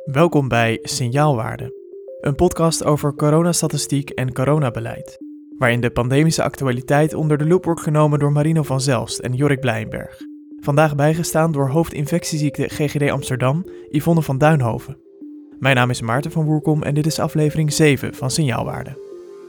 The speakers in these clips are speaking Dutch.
Welkom bij Signaalwaarde, een podcast over coronastatistiek en coronabeleid, waarin de pandemische actualiteit onder de loep wordt genomen door Marino van Zelst en Jorik Blijenberg. Vandaag bijgestaan door hoofdinfectieziekte GGD Amsterdam, Yvonne van Duinhoven. Mijn naam is Maarten van Woerkom en dit is aflevering 7 van Signaalwaarde.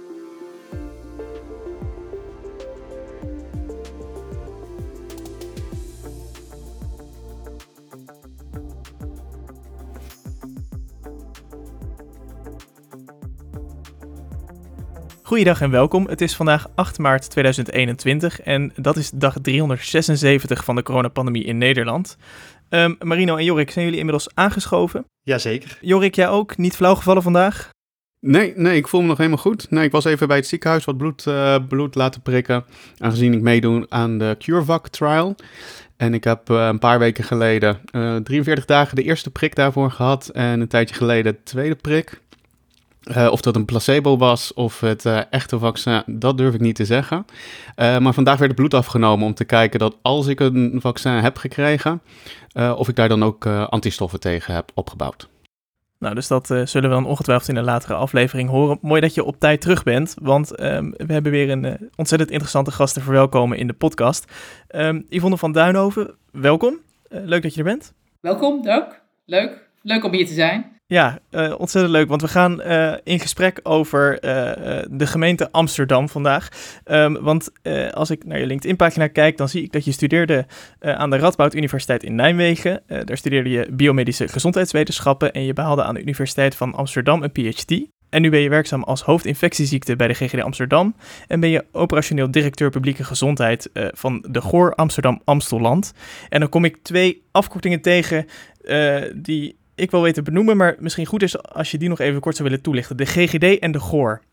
Goeiedag en welkom. Het is vandaag 8 maart 2021 en dat is dag 376 van de coronapandemie in Nederland. Marino en Jorik, zijn jullie inmiddels aangeschoven? Jazeker. Jorik, jij ook? Niet flauw gevallen vandaag? Nee, ik voel me nog helemaal goed. Nee, ik was even bij het ziekenhuis wat bloed laten prikken, aangezien ik meedoe aan de CureVac trial. En ik heb een paar weken geleden 43 dagen de eerste prik daarvoor gehad en een tijdje geleden de tweede prik. Of dat een placebo was of het echte vaccin, dat durf ik niet te zeggen. Maar vandaag werd het bloed afgenomen om te kijken dat als ik een vaccin heb gekregen, of ik daar dan ook antistoffen tegen heb opgebouwd. Nou, dus dat zullen we dan ongetwijfeld in een latere aflevering horen. Mooi dat je op tijd terug bent, want we hebben weer een ontzettend interessante gast te verwelkomen in de podcast. Yvonne van Duinhoven, welkom. Leuk dat je er bent. Welkom, Doug. Leuk om hier te zijn. Ja, ontzettend leuk, want we gaan in gesprek over de gemeente Amsterdam vandaag. Want als ik naar je LinkedIn-pagina kijk, dan zie ik dat je studeerde aan de Radboud Universiteit in Nijmegen. Daar studeerde je biomedische gezondheidswetenschappen en je behaalde aan de Universiteit van Amsterdam een PhD. En nu ben je werkzaam als hoofdinfectieziekte bij de GGD Amsterdam en ben je operationeel directeur publieke gezondheid van de GOR Amsterdam-Amstelland. En dan kom ik 2 afkortingen tegen die ik wil weten benoemen, maar misschien goed is als je die nog even kort zou willen toelichten. De GGD en de GOR.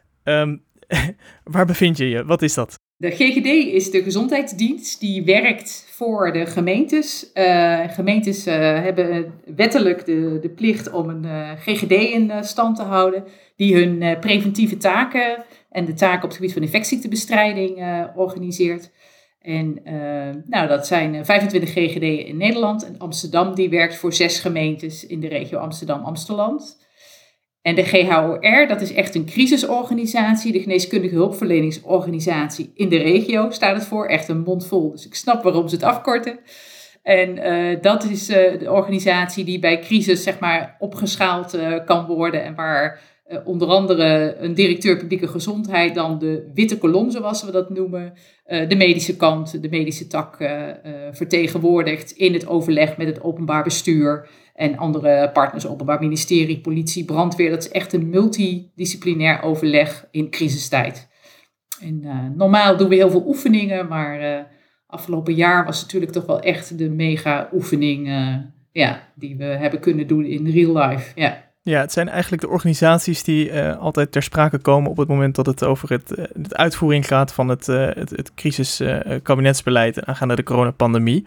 Waar bevind je je? Wat is dat? De GGD is de gezondheidsdienst die werkt voor de gemeentes. Gemeentes hebben wettelijk de plicht om een GGD in stand te houden, die hun preventieve taken en de taken op het gebied van infectieziektebestrijding organiseert. En dat zijn 25 GGD'en in Nederland. En Amsterdam die werkt voor 6 gemeentes in de regio Amsterdam-Amstelland. En de GHOR, dat is echt een crisisorganisatie. De geneeskundige hulpverleningsorganisatie in de regio staat het voor. Echt een mond vol. Dus ik snap waarom ze het afkorten. En dat is de organisatie die bij crisis zeg maar opgeschaald kan worden. En waar onder andere een directeur publieke gezondheid dan de witte kolom, zoals we dat noemen, de medische kant, de medische tak vertegenwoordigt in het overleg met het openbaar bestuur en andere partners, openbaar ministerie, politie, brandweer. Dat is echt een multidisciplinair overleg in crisistijd. En normaal doen we heel veel oefeningen, maar afgelopen jaar was natuurlijk toch wel echt de mega oefening die we hebben kunnen doen in real life. Ja. Ja, het zijn eigenlijk de organisaties die altijd ter sprake komen op het moment dat het over het uitvoering gaat van het crisiskabinetsbeleid aangaande de coronapandemie.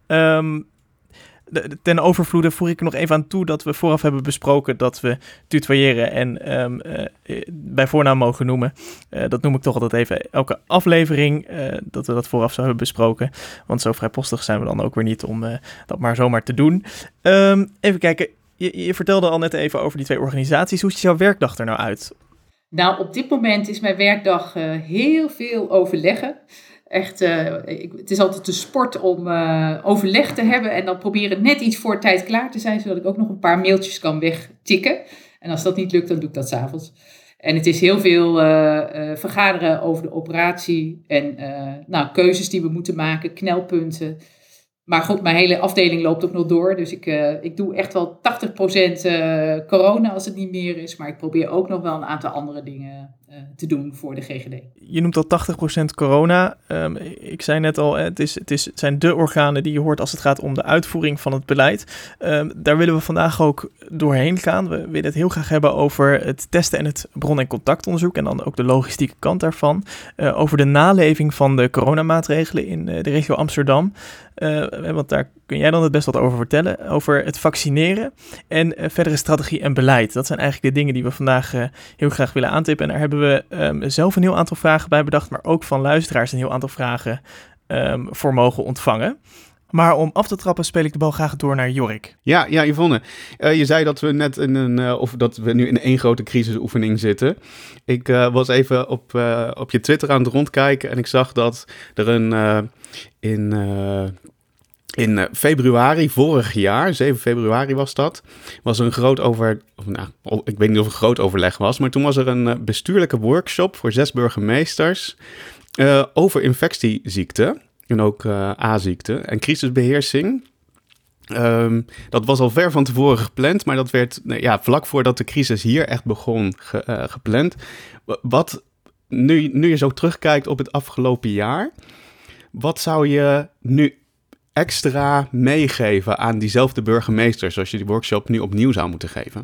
Ten overvloede voeg ik er nog even aan toe dat we vooraf hebben besproken dat we tutoyeren en bij voornaam mogen noemen. Dat noem ik toch altijd even elke aflevering, dat we dat vooraf zo hebben besproken. Want zo vrijpostig zijn we dan ook weer niet om dat maar zomaar te doen. Even kijken. Je vertelde al net even over die 2 organisaties. Hoe ziet jouw werkdag er nou uit? Nou, op dit moment is mijn werkdag heel veel overleggen. Echt, het is altijd een sport om overleg te hebben en dan proberen net iets voor tijd klaar te zijn, zodat ik ook nog een paar mailtjes kan wegtikken. En als dat niet lukt, dan doe ik dat 's avonds. En het is heel veel vergaderen over de operatie en keuzes die we moeten maken, knelpunten. Maar goed, mijn hele afdeling loopt ook nog door. Dus ik doe echt wel 80% corona als het niet meer is. Maar ik probeer ook nog wel een aantal andere dingen te doen voor de GGD. Je noemt al 80% corona. Ik zei net al, het zijn de organen die je hoort als het gaat om de uitvoering van het beleid. Daar willen we vandaag ook doorheen gaan. We willen het heel graag hebben over het testen en het bron- en contactonderzoek. En dan ook de logistieke kant daarvan. Over de naleving van de coronamaatregelen in de regio Amsterdam. Want daar kun jij dan het best wat over vertellen. Over het vaccineren en verdere strategie en beleid. Dat zijn eigenlijk de dingen die we vandaag heel graag willen aantippen. En daar hebben we zelf een heel aantal vragen bij bedacht. Maar ook van luisteraars een heel aantal vragen voor mogen ontvangen. Maar om af te trappen speel ik de bal graag door naar Jorik. Ja, Yvonne. Je zei dat we net dat we nu in één grote crisisoefening zitten. Ik was even op je Twitter aan het rondkijken en ik zag dat er in februari vorig jaar, 7 februari was er een ik weet niet of een groot overleg was, maar toen was er een bestuurlijke workshop voor 6 burgemeesters over infectieziekten en ook A-ziekte en crisisbeheersing. Dat was al ver van tevoren gepland, maar dat werd vlak voordat de crisis hier echt begon gepland. Nu je zo terugkijkt op het afgelopen jaar, wat zou je nu extra meegeven aan diezelfde burgemeesters als je die workshop nu opnieuw zou moeten geven?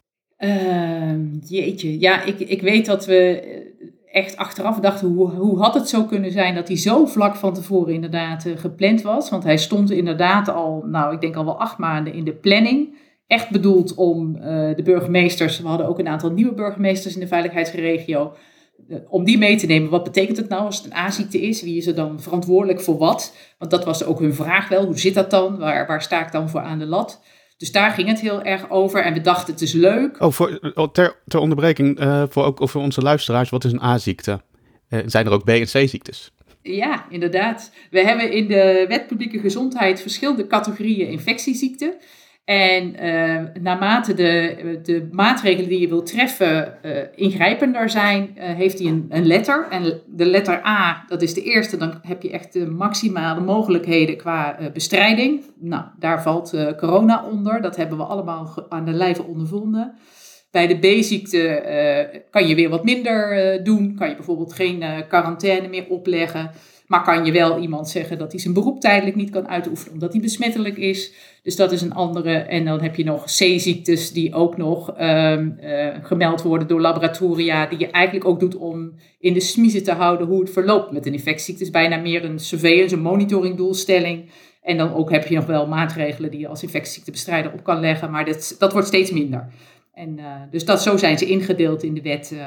Jeetje, ja, ik weet dat we echt achteraf dachten, hoe had het zo kunnen zijn dat hij zo vlak van tevoren inderdaad gepland was? Want hij stond inderdaad al, ik denk al wel 8 maanden in de planning. Echt bedoeld om de burgemeesters, we hadden ook een aantal nieuwe burgemeesters in de veiligheidsregio, om die mee te nemen. Wat betekent het nou als het een A-ziekte is? Wie is er dan verantwoordelijk voor wat? Want dat was ook hun vraag wel. Hoe zit dat dan? Waar sta ik dan voor aan de lat? Dus daar ging het heel erg over. En we dachten, het is leuk. Ter onderbreking, voor onze luisteraars, wat is een A-ziekte? Zijn er ook B- en C-ziektes? Ja, inderdaad. We hebben in de Wet Publieke Gezondheid verschillende categorieën infectieziekten. En naarmate de maatregelen die je wilt treffen ingrijpender zijn, heeft hij een letter. En de letter A, dat is de eerste, dan heb je echt de maximale mogelijkheden qua bestrijding. Nou, daar valt corona onder. Dat hebben we allemaal aan de lijve ondervonden. Bij de B-ziekte kan je weer wat minder doen. Kan je bijvoorbeeld geen quarantaine meer opleggen. Maar kan je wel iemand zeggen dat hij zijn beroep tijdelijk niet kan uitoefenen omdat hij besmettelijk is. Dus dat is een andere. En dan heb je nog C-ziektes die ook nog gemeld worden door laboratoria. Die je eigenlijk ook doet om in de smiezen te houden hoe het verloopt met een infectieziekte. Het is bijna meer een surveillance, een monitoringdoelstelling. En dan ook heb je nog wel maatregelen die je als infectieziektenbestrijder op kan leggen. Maar dat wordt steeds minder. En dus zo zijn ze ingedeeld in de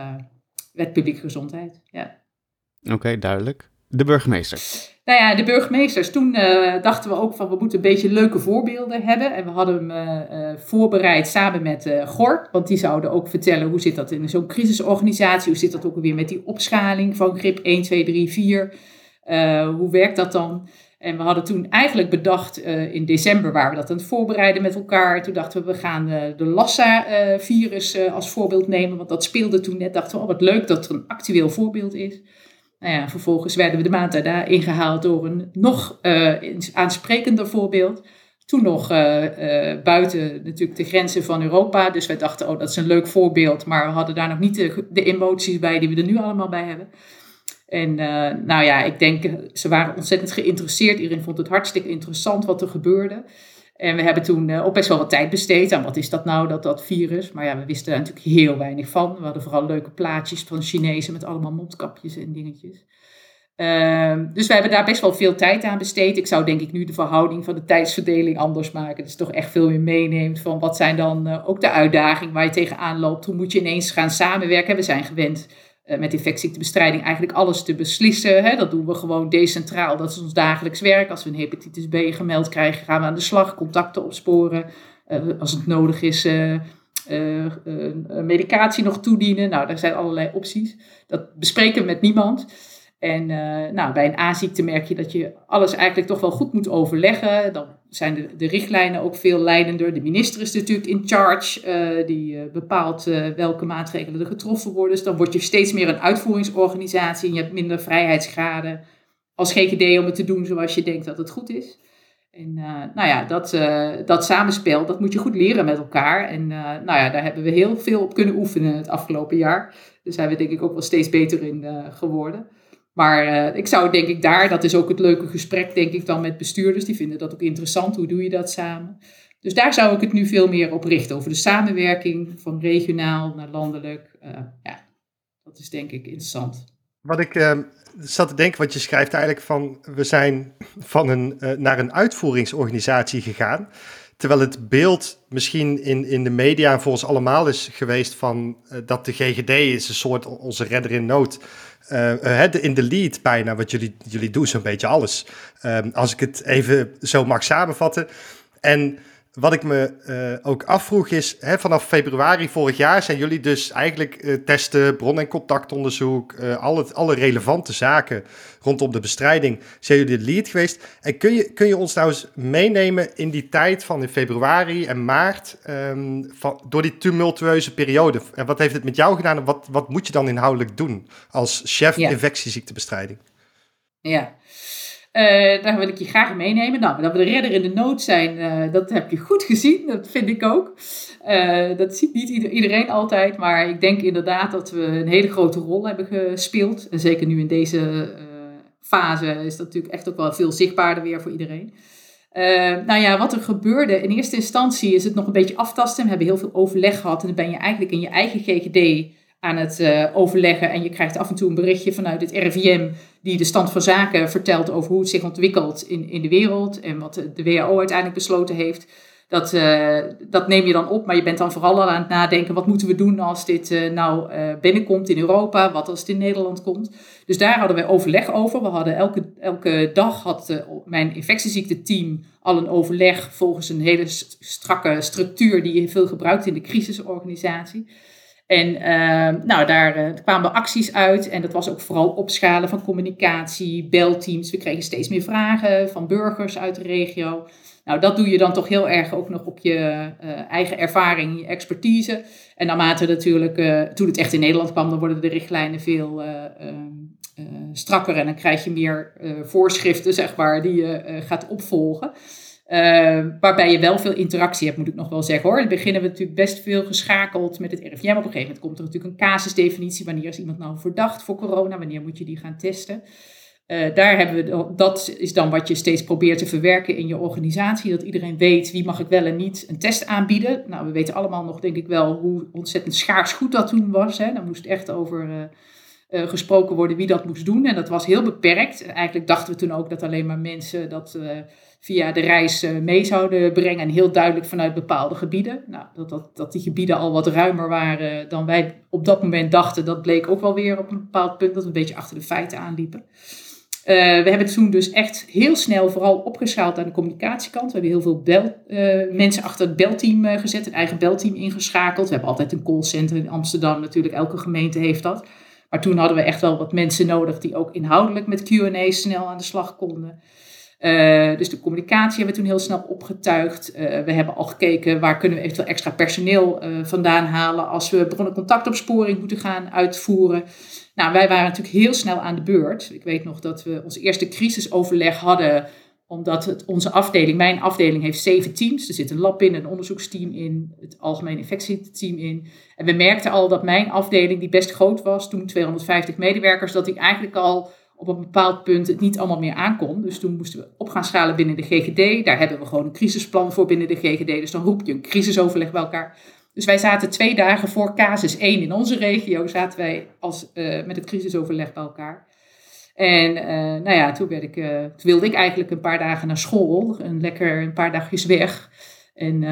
wet publieke gezondheid. Ja. Oké, duidelijk. De burgemeester. Nou ja, de burgemeesters. Toen dachten we ook van we moeten een beetje leuke voorbeelden hebben. En we hadden hem voorbereid samen met Gor. Want die zouden ook vertellen hoe zit dat in zo'n crisisorganisatie. Hoe zit dat ook weer met die opschaling van grip 1, 2, 3, 4. Hoe werkt dat dan? En we hadden toen eigenlijk bedacht in december waren we dat aan het voorbereiden met elkaar. Toen dachten we gaan de Lassa-virus als voorbeeld nemen. Want dat speelde toen net. Dachten we, wat leuk dat er een actueel voorbeeld is. Nou ja, vervolgens werden we de maand daarna ingehaald door een nog aansprekender voorbeeld. Toen nog buiten natuurlijk de grenzen van Europa. Dus wij dachten, dat is een leuk voorbeeld. Maar we hadden daar nog niet de emoties bij die we er nu allemaal bij hebben. En ik denk, ze waren ontzettend geïnteresseerd. Iedereen vond het hartstikke interessant wat er gebeurde. En we hebben toen ook best wel wat tijd besteed aan wat is dat nou, dat virus. Maar ja, we wisten daar natuurlijk heel weinig van. We hadden vooral leuke plaatjes van Chinezen met allemaal mondkapjes en dingetjes. Dus we hebben daar best wel veel tijd aan besteed. Ik zou denk ik nu de verhouding van de tijdsverdeling anders maken. Dus toch echt veel meer meeneemt van wat zijn dan ook de uitdagingen waar je tegenaan loopt. Hoe moet je ineens gaan samenwerken? We zijn gewend met infectieziektebestrijding eigenlijk alles te beslissen. Hè? Dat doen we gewoon decentraal. Dat is ons dagelijks werk. Als we een hepatitis B gemeld krijgen, gaan we aan de slag. Contacten opsporen. Als het nodig is, medicatie nog toedienen. Nou, daar zijn allerlei opties. Dat bespreken we met niemand. En bij een A-ziekte merk je dat je alles eigenlijk toch wel goed moet overleggen. Dan zijn de richtlijnen ook veel leidender. De minister is natuurlijk in charge. Die bepaalt welke maatregelen er getroffen worden. Dus dan word je steeds meer een uitvoeringsorganisatie. En je hebt minder vrijheidsgraden als GGD om het te doen zoals je denkt dat het goed is. En dat samenspel, dat moet je goed leren met elkaar. En daar hebben we heel veel op kunnen oefenen het afgelopen jaar. Daar zijn we denk ik ook wel steeds beter in geworden. Maar ik zou denk ik dat is ook het leuke gesprek denk ik dan met bestuurders. Die vinden dat ook interessant. Hoe doe je dat samen? Dus daar zou ik het nu veel meer op richten. Over de samenwerking van regionaal naar landelijk. Dat is denk ik interessant. Wat ik zat te denken, wat je schrijft eigenlijk van we zijn naar een uitvoeringsorganisatie gegaan. terwijl het beeld misschien in de media voor ons allemaal is geweest van dat de GGD is een soort onze redder in nood. In de lead bijna, wat jullie doen zo'n beetje alles. Als ik het even zo mag samenvatten. En wat ik me ook afvroeg is, vanaf februari vorig jaar zijn jullie dus eigenlijk testen, bron- en contactonderzoek, alle relevante zaken rondom de bestrijding, zijn jullie de lead geweest. En kun je ons nou eens meenemen in die tijd van in februari en maart, door die tumultueuze periode? En wat heeft het met jou gedaan en wat moet je dan inhoudelijk doen als chef infectieziektebestrijding? Ja. Daar wil ik je graag meenemen. Nou, dat we de redder in de nood zijn, dat heb je goed gezien. Dat vind ik ook. Dat ziet niet iedereen altijd. Maar ik denk inderdaad dat we een hele grote rol hebben gespeeld. En zeker nu in deze fase is dat natuurlijk echt ook wel veel zichtbaarder weer voor iedereen. Wat er gebeurde, in eerste instantie is het nog een beetje aftasten. We hebben heel veel overleg gehad. En dan ben je eigenlijk in je eigen GGD aan het overleggen. En je krijgt af en toe een berichtje vanuit het RIVM die de stand van zaken vertelt over hoe het zich ontwikkelt in de wereld. En wat de WHO uiteindelijk besloten heeft. Dat neem je dan op, maar je bent dan vooral al aan het nadenken. Wat moeten we doen als dit binnenkomt in Europa? Wat als het in Nederland komt? Dus daar hadden we overleg over. We hadden elke dag had mijn infectieziekteteam al een overleg volgens een hele strakke structuur die je veel gebruikt in de crisisorganisatie. En daar kwamen acties uit en dat was ook vooral opschalen van communicatie, belteams. We kregen steeds meer vragen van burgers uit de regio. Nou, dat doe je dan toch heel erg ook nog op je eigen ervaring, je expertise. En naarmate natuurlijk, toen het echt in Nederland kwam, dan worden de richtlijnen veel strakker. En dan krijg je meer voorschriften, zeg maar, die je gaat opvolgen. Waarbij je wel veel interactie hebt, moet ik nog wel zeggen hoor. In het begin hebben we natuurlijk best veel geschakeld met het RIVM. Op een gegeven moment komt er natuurlijk een casusdefinitie. Wanneer is iemand nou verdacht voor corona? Wanneer moet je die gaan testen? Dat is dan wat je steeds probeert te verwerken in je organisatie. Dat iedereen weet wie mag ik wel en niet een test aanbieden. Nou, we weten allemaal nog denk ik wel hoe ontzettend schaars goed dat toen was. Hè. Daar moest echt over gesproken worden wie dat moest doen. En dat was heel beperkt. Eigenlijk dachten we toen ook dat alleen maar mensen dat via de reis mee zouden brengen. En heel duidelijk vanuit bepaalde gebieden. Nou, dat die gebieden al wat ruimer waren dan wij op dat moment dachten. Dat bleek ook wel weer op een bepaald punt dat we een beetje achter de feiten aanliepen. We hebben toen dus echt heel snel vooral opgeschaald aan de communicatiekant. We hebben heel veel mensen achter het belteam gezet. Een eigen belteam ingeschakeld. We hebben altijd een callcenter in Amsterdam natuurlijk. Elke gemeente heeft dat. Maar toen hadden we echt wel wat mensen nodig die ook inhoudelijk met Q&A's snel aan de slag konden. Dus de communicatie hebben we toen heel snel opgetuigd. We hebben al gekeken waar kunnen we eventueel extra personeel vandaan halen als we bronnencontactopsporing moeten gaan uitvoeren. Nou, wij waren natuurlijk heel snel aan de beurt. Ik weet nog dat we ons eerste crisisoverleg hadden, omdat mijn afdeling heeft 7 teams. Er zit een lab in, een onderzoeksteam in, het algemeen infectieteam in. En we merkten al dat mijn afdeling, die best groot was, toen 250 medewerkers, dat ik eigenlijk al op een bepaald punt het niet allemaal meer aankon. Dus toen moesten we op gaan schalen binnen de GGD. Daar hebben we gewoon een crisisplan voor binnen de GGD. Dus dan roep je een crisisoverleg bij elkaar. Dus wij zaten 2 dagen voor casus 1 in onze regio, zaten wij met het crisisoverleg bij elkaar. En toen wilde ik eigenlijk een paar dagen naar school. Een paar dagjes weg. En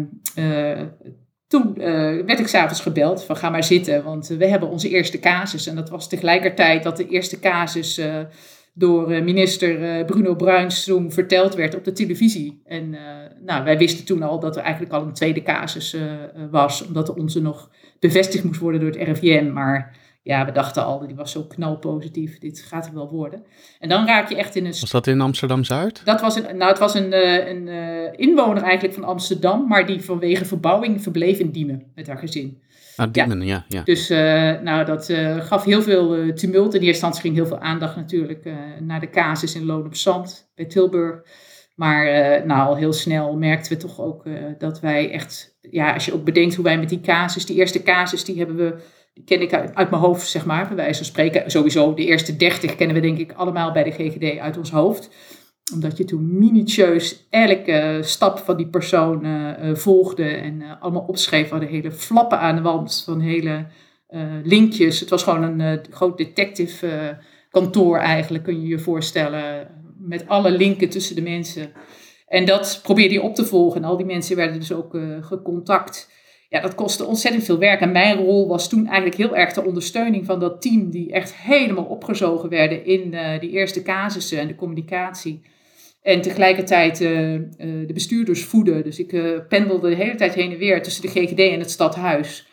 toen werd ik 's avonds gebeld van ga maar zitten, want we hebben onze eerste casus. En dat was tegelijkertijd dat de eerste casus door minister Bruno Bruins toen verteld werd op de televisie. En wij wisten toen al dat er eigenlijk al een tweede casus was, omdat onze nog bevestigd moest worden door het RIVM. Maar ja, we dachten al, die was zo knalpositief, dit gaat er wel worden. En dan raak je echt in een... Was dat in Amsterdam-Zuid? Het was een inwoner eigenlijk van Amsterdam, maar die vanwege verbouwing verbleef in Diemen met haar gezin. Diemen, ja. Dus dat gaf heel veel tumult. In eerste instantie ging heel veel aandacht natuurlijk naar de casus in Loon op Zand bij Tilburg. Maar al heel snel merkten we toch ook dat wij echt... Ja, als je ook bedenkt hoe wij met die eerste casus, die ken ik uit mijn hoofd, zeg maar, bij wijze van spreken. Sowieso, de eerste 30 kennen we denk ik allemaal bij de GGD uit ons hoofd. Omdat je toen minutieus elke stap van die persoon volgde en allemaal opschreef. We hadden hele flappen aan de wand van hele linkjes. Het was gewoon een groot detective kantoor eigenlijk, kun je je voorstellen. Met alle linken tussen de mensen. En dat probeerde hij op te volgen. En al die mensen werden dus ook gecontact. Ja, dat kostte ontzettend veel werk. En mijn rol was toen eigenlijk heel erg de ondersteuning van dat team, die echt helemaal opgezogen werden in die eerste casussen en de communicatie. En tegelijkertijd de bestuurders voeden. Dus ik pendelde de hele tijd heen en weer tussen de GGD en het stadhuis.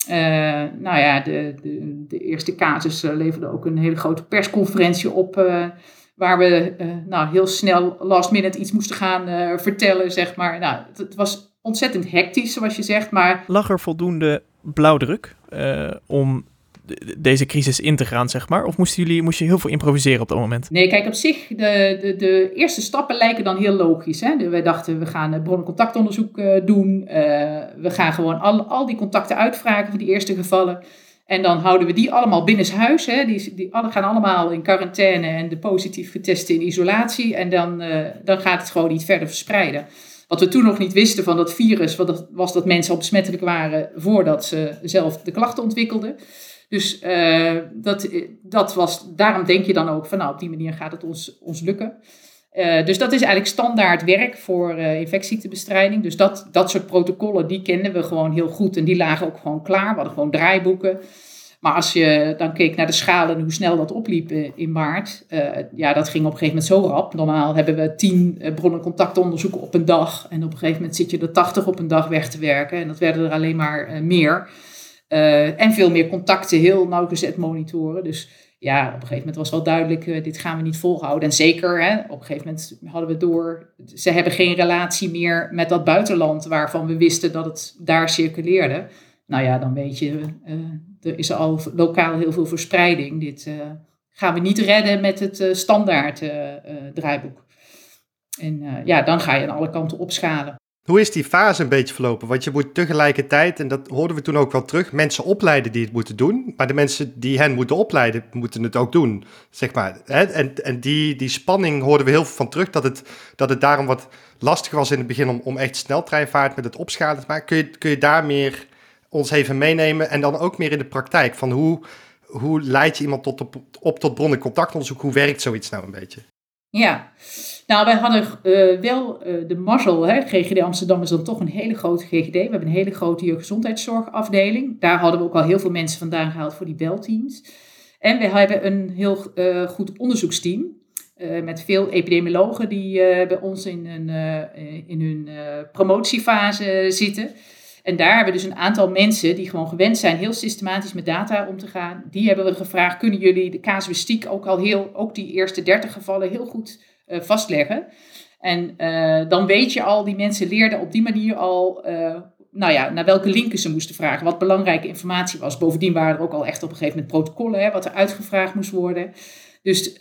De eerste casus leverde ook een hele grote persconferentie op, waar we heel snel last minute iets moesten gaan vertellen, zeg maar. Nou, het was ontzettend hectisch, zoals je zegt, maar... Lag er voldoende blauwdruk om deze crisis in te gaan, zeg maar? Of moest je heel veel improviseren op dat moment? Nee, kijk, op zich, de eerste stappen lijken dan heel logisch. Hè? Wij dachten, we gaan bron- en contactonderzoek doen. We gaan gewoon al die contacten uitvragen van die eerste gevallen. En dan houden we die allemaal binnenshuis. Hè? Die gaan allemaal in quarantaine en de positief getesten in isolatie. En dan gaat het gewoon niet verder verspreiden. Wat we toen nog niet wisten van dat virus, was dat mensen al besmettelijk waren voordat ze zelf de klachten ontwikkelden. Dus dat was, daarom denk je dan ook van op die manier gaat het ons lukken. Dus dat is eigenlijk standaard werk voor infectieziektebestrijding. Dus dat soort protocollen, die kenden we gewoon heel goed en die lagen ook gewoon klaar. We hadden gewoon draaiboeken. Maar als je dan keek naar de schalen en hoe snel dat opliep in maart, dat ging op een gegeven moment zo rap. Normaal hebben we 10 bron- en contactonderzoeken op een dag. En op een gegeven moment zit je er 80 op een dag weg te werken. En dat werden er alleen maar meer. En veel meer contacten, heel nauwgezet monitoren. Dus ja, op een gegeven moment was wel duidelijk, dit gaan we niet volhouden. En zeker, hè, op een gegeven moment hadden we door, ze hebben geen relatie meer met dat buitenland waarvan we wisten dat het daar circuleerde. Nou ja, dan weet je, er is al lokaal heel veel verspreiding. Dit gaan we niet redden met het standaard draaiboek. En dan ga je aan alle kanten opschalen. Hoe is die fase een beetje verlopen? Want je moet tegelijkertijd, en dat hoorden we toen ook wel terug, mensen opleiden die het moeten doen. Maar de mensen die hen moeten opleiden, moeten het ook doen, zeg maar. En die spanning hoorden we heel veel van terug, dat het daarom wat lastig was in het begin om echt sneltreinvaart met het opschalen te maken. Kun je daar meer ons even meenemen en dan ook meer in de praktijk van hoe leid je iemand tot bron- en contactonderzoek? Hoe werkt zoiets nou een beetje? Ja, nou wij hadden wel de mazzel, hè? GGD Amsterdam is dan toch een hele grote GGD. We hebben een hele grote jeugdgezondheidszorgafdeling. Daar hadden we ook al heel veel mensen vandaan gehaald voor die belteams. En we hebben een heel goed onderzoeksteam met veel epidemiologen die bij ons in hun promotiefase zitten. En daar hebben we dus een aantal mensen die gewoon gewend zijn heel systematisch met data om te gaan. Die hebben we gevraagd, kunnen jullie de casuïstiek ook die eerste 30 gevallen heel goed vastleggen? En dan weet je al, die mensen leerden op die manier al naar welke linken ze moesten vragen. Wat belangrijke informatie was. Bovendien waren er ook al echt op een gegeven moment protocollen, wat er uitgevraagd moest worden. Dus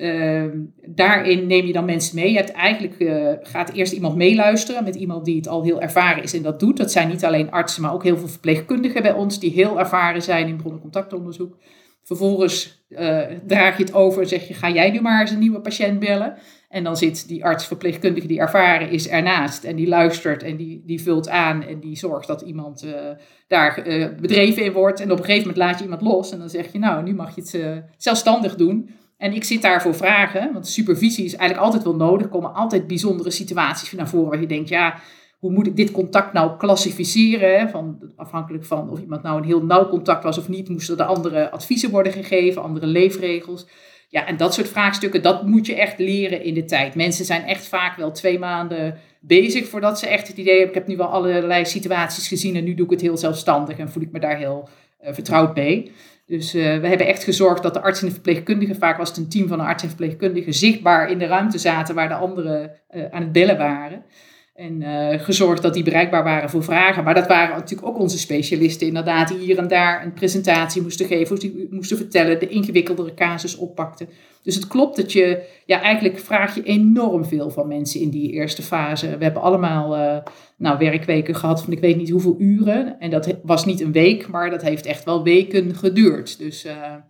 daarin neem je dan mensen mee. Je hebt gaat eerst iemand meeluisteren met iemand die het al heel ervaren is en dat doet. Dat zijn niet alleen artsen, maar ook heel veel verpleegkundigen bij ons die heel ervaren zijn in bron- en contactonderzoek. Vervolgens draag je het over en zeg je, ga jij nu maar eens een nieuwe patiënt bellen? En dan zit die arts-verpleegkundige die ervaren is ernaast en die luistert en die vult aan en die zorgt dat iemand daar bedreven in wordt. En op een gegeven moment laat je iemand los en dan zeg je, nou, nu mag je het zelfstandig doen. En ik zit daar voor vragen, want supervisie is eigenlijk altijd wel nodig. Er komen altijd bijzondere situaties naar voren waar je denkt, ja, hoe moet ik dit contact nou klassificeren? Afhankelijk van of iemand nou een heel nauw contact was of niet, moesten er andere adviezen worden gegeven, andere leefregels. Ja, en dat soort vraagstukken, dat moet je echt leren in de tijd. Mensen zijn echt vaak wel 2 maanden bezig voordat ze echt het idee hebben, ik heb nu wel allerlei situaties gezien en nu doe ik het heel zelfstandig en voel ik me daar heel vertrouwd mee. Dus we hebben echt gezorgd dat de arts en de verpleegkundige, vaak was het een team van de arts en verpleegkundige, zichtbaar in de ruimte zaten waar de anderen aan het bellen waren. En gezorgd dat die bereikbaar waren voor vragen. Maar dat waren natuurlijk ook onze specialisten inderdaad, die hier en daar een presentatie moesten geven, of die moesten vertellen, de ingewikkeldere casus oppakten. Dus het klopt dat eigenlijk vraag je enorm veel van mensen in die eerste fase. We hebben allemaal werkweken gehad van ik weet niet hoeveel uren. En dat was niet een week, maar dat heeft echt wel weken geduurd. Dus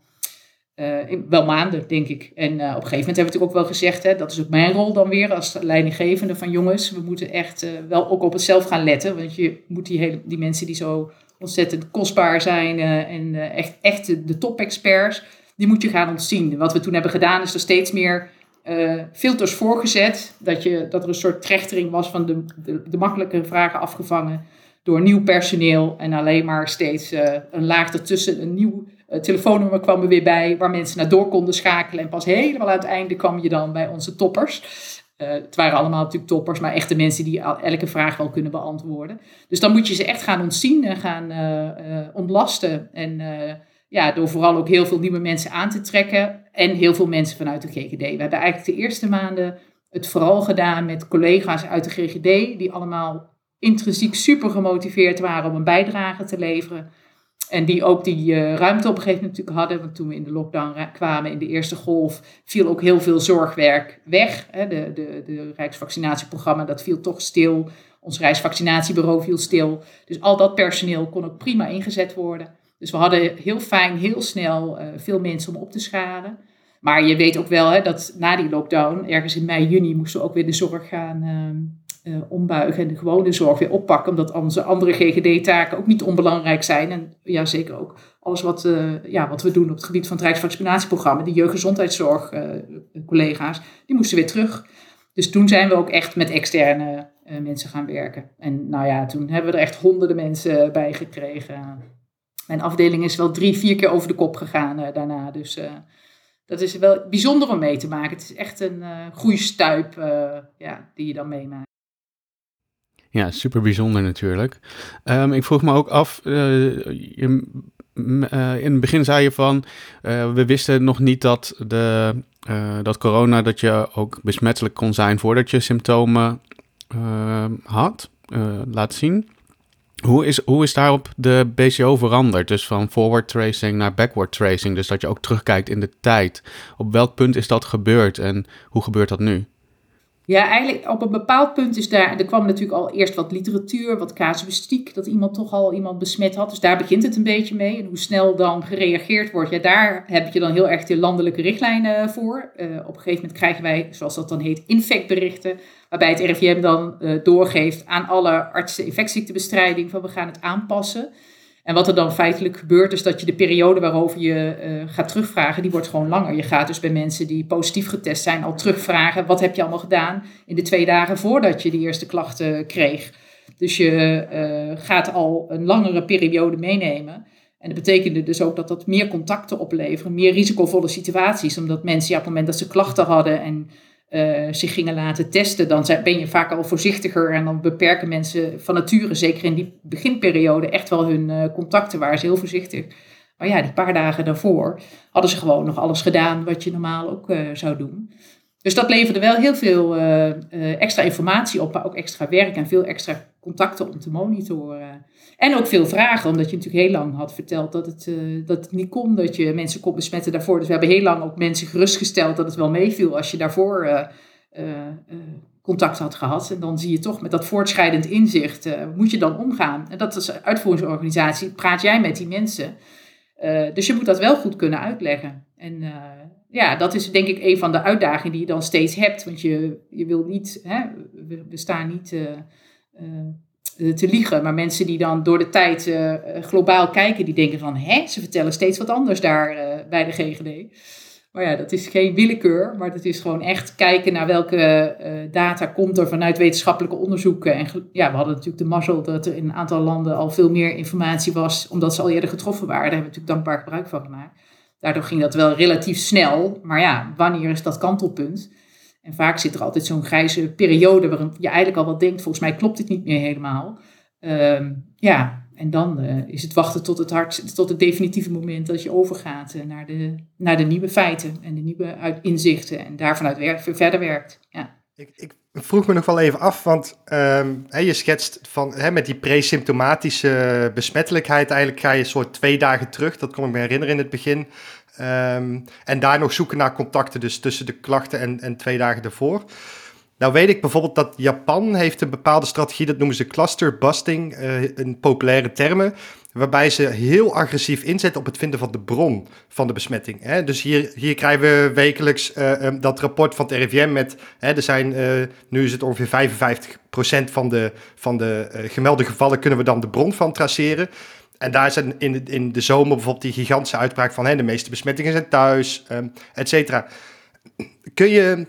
wel maanden, denk ik. En op een gegeven moment hebben we natuurlijk ook wel gezegd, hè, dat is ook mijn rol dan weer als leidinggevende van jongens. We moeten echt wel ook op het zelf gaan letten. Want je moet die mensen die zo ontzettend kostbaar zijn en echt de top-experts, die moet je gaan ontzien. Wat we toen hebben gedaan is er steeds meer filters voorgezet. Dat er een soort trechtering was van de makkelijke vragen afgevangen door nieuw personeel. En alleen maar steeds een laag ertussen. Een nieuw telefoonnummer kwam er weer bij waar mensen naar door konden schakelen. En pas helemaal aan het einde kwam je dan bij onze toppers. Het waren allemaal natuurlijk toppers, maar echte mensen die elke vraag wel kunnen beantwoorden. Dus dan moet je ze echt gaan ontzien en gaan ontlasten. En door vooral ook heel veel nieuwe mensen aan te trekken. En heel veel mensen vanuit de GGD. We hebben eigenlijk de eerste maanden het vooral gedaan met collega's uit de GGD. Die allemaal intrinsiek super gemotiveerd waren om een bijdrage te leveren. En die ook die ruimte op een gegeven moment natuurlijk hadden. Want toen we in de lockdown kwamen in de eerste golf, viel ook heel veel zorgwerk weg. De Rijksvaccinatieprogramma, dat viel toch stil. Ons Rijksvaccinatiebureau viel stil. Dus al dat personeel kon ook prima ingezet worden. Dus we hadden heel fijn, heel snel veel mensen om op te schalen. Maar je weet ook wel dat na die lockdown, ergens in mei, juni, moesten we ook weer de zorg gaan ombuigen en de gewone zorg weer oppakken. Omdat onze andere GGD-taken ook niet onbelangrijk zijn. En ja, zeker ook alles wat we doen op het gebied van het Rijksvaccinatieprogramma. De jeugdgezondheidszorg collega's, die moesten weer terug. Dus toen zijn we ook echt met externe mensen gaan werken. En toen hebben we er echt honderden mensen bij gekregen. Mijn afdeling is wel 3-4 keer over de kop gegaan daarna. Dus dat is wel bijzonder om mee te maken. Het is echt een groeistuip die je dan meemaakt. Ja, super bijzonder natuurlijk. Ik vroeg me ook af, in het begin zei je van, we wisten nog niet dat corona, dat je ook besmettelijk kon zijn voordat je symptomen had, laat zien. Hoe is daarop de BCO veranderd? Dus van forward tracing naar backward tracing, dus dat je ook terugkijkt in de tijd. Op welk punt is dat gebeurd en hoe gebeurt dat nu? Ja, eigenlijk op een bepaald punt er kwam natuurlijk al eerst wat literatuur, wat casuïstiek, dat iemand toch al iemand besmet had. Dus daar begint het een beetje mee. En hoe snel dan gereageerd wordt, daar heb je dan heel erg de landelijke richtlijnen voor. Op een gegeven moment krijgen wij, zoals dat dan heet, infectberichten, waarbij het RIVM dan doorgeeft aan alle artsen infectieziektebestrijding van we gaan het aanpassen. En wat er dan feitelijk gebeurt, is dat je de periode waarover je gaat terugvragen, die wordt gewoon langer. Je gaat dus bij mensen die positief getest zijn al terugvragen, wat heb je allemaal gedaan in de 2 dagen voordat je de eerste klachten kreeg. Dus je gaat al een langere periode meenemen. En dat betekende dus ook dat meer contacten opleveren, meer risicovolle situaties. Omdat mensen op het moment dat ze klachten hadden en zich gingen laten testen, dan ben je vaak al voorzichtiger en dan beperken mensen van nature, zeker in die beginperiode, echt wel hun contacten, waren ze heel voorzichtig. Maar ja, die paar dagen daarvoor hadden ze gewoon nog alles gedaan wat je normaal ook zou doen. Dus dat leverde wel heel veel extra informatie op, maar ook extra werk en veel extra contacten om te monitoren. En ook veel vragen, omdat je natuurlijk heel lang had verteld dat het niet kon, dat je mensen kon besmetten daarvoor. Dus we hebben heel lang ook mensen gerustgesteld dat het wel meeviel als je daarvoor contact had gehad. En dan zie je toch met dat voortschrijdend inzicht, moet je dan omgaan. En dat is uitvoeringsorganisatie, praat jij met die mensen. Dus je moet dat wel goed kunnen uitleggen. En dat is denk ik een van de uitdagingen die je dan steeds hebt. Want je wil niet, we staan niet te liegen. Maar mensen die dan door de tijd globaal kijken, die denken van, ze vertellen steeds wat anders daar bij de GGD. Maar ja, dat is geen willekeur, maar dat is gewoon echt kijken naar welke data komt er vanuit wetenschappelijke onderzoeken. En we hadden natuurlijk de mazzel dat er in een aantal landen al veel meer informatie was, omdat ze al eerder getroffen waren. Daar hebben we natuurlijk dankbaar gebruik van gemaakt. Daardoor ging dat wel relatief snel, maar ja, wanneer is dat kantelpunt? En vaak zit er altijd zo'n grijze periode waarin je eigenlijk al wat denkt, volgens mij klopt dit niet meer helemaal. En dan is het wachten tot het definitieve moment dat je overgaat naar de nieuwe feiten en de nieuwe inzichten en daar vanuit verder werkt. Ja. Ik vroeg me nog wel even af, want je schetst van met die presymptomatische besmettelijkheid, eigenlijk ga je een soort 2 dagen terug, dat kon ik me herinneren in het begin. En daar nog zoeken naar contacten, dus tussen de klachten en 2 dagen daarvoor. Nou weet ik bijvoorbeeld dat Japan heeft een bepaalde strategie, dat noemen ze cluster busting, in populaire termen, waarbij ze heel agressief inzetten op het vinden van de bron van de besmetting. Hè? Dus hier krijgen we wekelijks dat rapport van het RIVM met, er zijn, nu is het ongeveer 55% van de gemelde gevallen kunnen we dan de bron van traceren. En daar zijn in de zomer bijvoorbeeld die gigantische uitbraak van de meeste besmettingen zijn thuis, et cetera. Kun je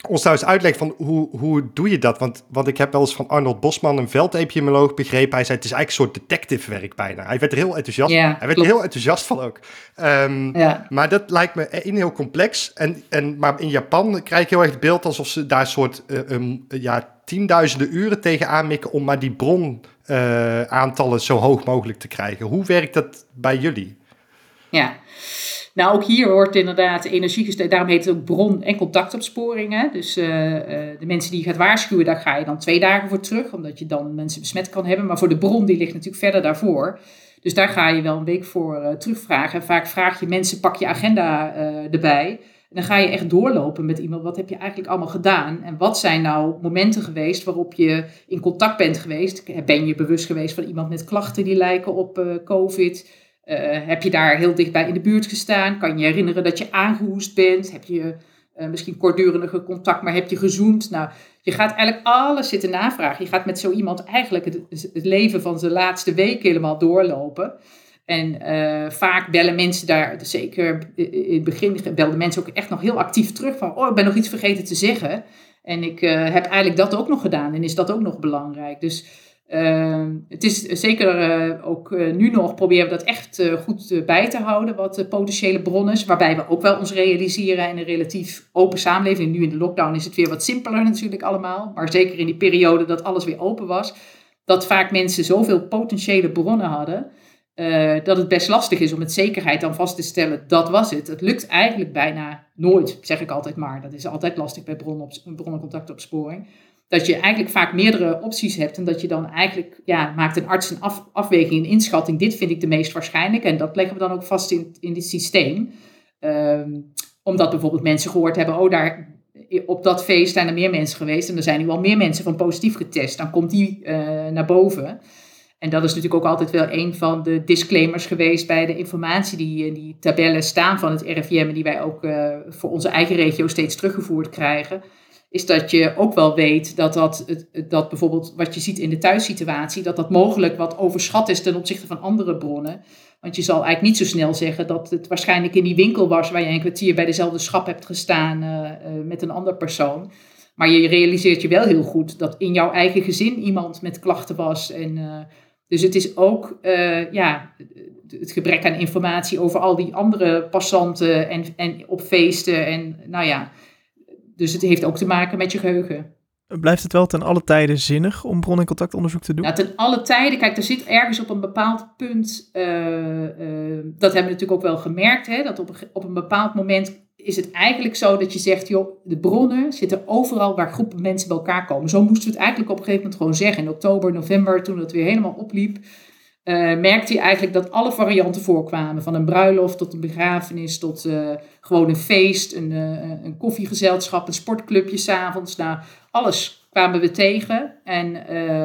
ons nou eens uitleggen van hoe doe je dat? Want ik heb wel eens van Arnold Bosman, een veldepidemioloog, begrepen. Hij zei, het is eigenlijk een soort detective-werk bijna. Hij werd er heel enthousiast, Ja, hij werd er heel enthousiast van ook. Maar dat lijkt me heel complex. Maar in Japan krijg ik heel erg het beeld alsof ze daar een soort tienduizenden uren tegen aanmikken om maar die bronaantallen zo hoog mogelijk te krijgen. Hoe werkt dat bij jullie? Ja, nou ook hier wordt inderdaad energie, daarom heet het ook bron- en contactopsporingen. Dus de mensen die je gaat waarschuwen, daar ga je dan 2 dagen voor terug, omdat je dan mensen besmet kan hebben. Maar voor de bron, die ligt natuurlijk verder daarvoor. Dus daar ga je wel een week voor terugvragen. En vaak vraag je mensen, pak je agenda erbij. En dan ga je echt doorlopen met iemand, wat heb je eigenlijk allemaal gedaan? En wat zijn nou momenten geweest waarop je in contact bent geweest? Ben je bewust geweest van iemand met klachten die lijken op COVID? Heb je daar heel dichtbij in de buurt gestaan? Kan je herinneren dat je aangehoest bent? Heb je misschien kortdurende contact, maar heb je gezoend? Nou, je gaat eigenlijk alles zitten navragen. Je gaat met zo iemand eigenlijk het leven van zijn laatste week helemaal doorlopen. En vaak bellen mensen daar, zeker in het begin, belden mensen ook echt nog heel actief terug van, ik ben nog iets vergeten te zeggen. En ik heb eigenlijk dat ook nog gedaan en is dat ook nog belangrijk. Dus het is zeker ook nu nog proberen we dat echt goed bij te houden, wat potentiële bronnen is, waarbij we ook wel ons realiseren in een relatief open samenleving. Nu in de lockdown is het weer wat simpeler natuurlijk allemaal, maar zeker in die periode dat alles weer open was, dat vaak mensen zoveel potentiële bronnen hadden, dat het best lastig is om met zekerheid dan vast te stellen, dat was het. Het lukt eigenlijk bijna nooit, zeg ik altijd maar. Dat is altijd lastig bij bronnencontactopsporing. Dat je eigenlijk vaak meerdere opties hebt en dat je dan eigenlijk, maakt een arts een afweging, een inschatting. Dit vind ik de meest waarschijnlijk en dat leggen we dan ook vast in dit systeem. Omdat bijvoorbeeld mensen gehoord hebben, daar op dat feest zijn er meer mensen geweest en er zijn nu al meer mensen van positief getest. Dan komt die naar boven. En dat is natuurlijk ook altijd wel een van de disclaimers geweest bij de informatie die in die tabellen staan van het RIVM en die wij ook voor onze eigen regio steeds teruggevoerd krijgen. Is dat je ook wel weet dat bijvoorbeeld wat je ziet in de thuissituatie, dat mogelijk wat overschat is ten opzichte van andere bronnen. Want je zal eigenlijk niet zo snel zeggen dat het waarschijnlijk in die winkel was waar je een kwartier bij dezelfde schap hebt gestaan met een ander persoon. Maar je realiseert je wel heel goed dat in jouw eigen gezin iemand met klachten was. Dus het is ook het gebrek aan informatie over al die andere passanten en op feesten. En dus het heeft ook te maken met je geheugen. Blijft het wel ten alle tijden zinnig om bron- en contactonderzoek te doen? Nou, ten alle tijden. Kijk, er zit ergens op een bepaald punt, dat hebben we natuurlijk ook wel gemerkt, hè, dat op een bepaald moment is het eigenlijk zo dat je zegt, joh, de bronnen zitten overal waar groepen mensen bij elkaar komen. Zo moesten we het eigenlijk op een gegeven moment gewoon zeggen. In oktober, november, toen het weer helemaal opliep, merkte je eigenlijk dat alle varianten voorkwamen. Van een bruiloft tot een begrafenis, tot gewoon een feest, een koffiegezelschap, een sportclubje 's avonds. Nou, alles kwamen we tegen. En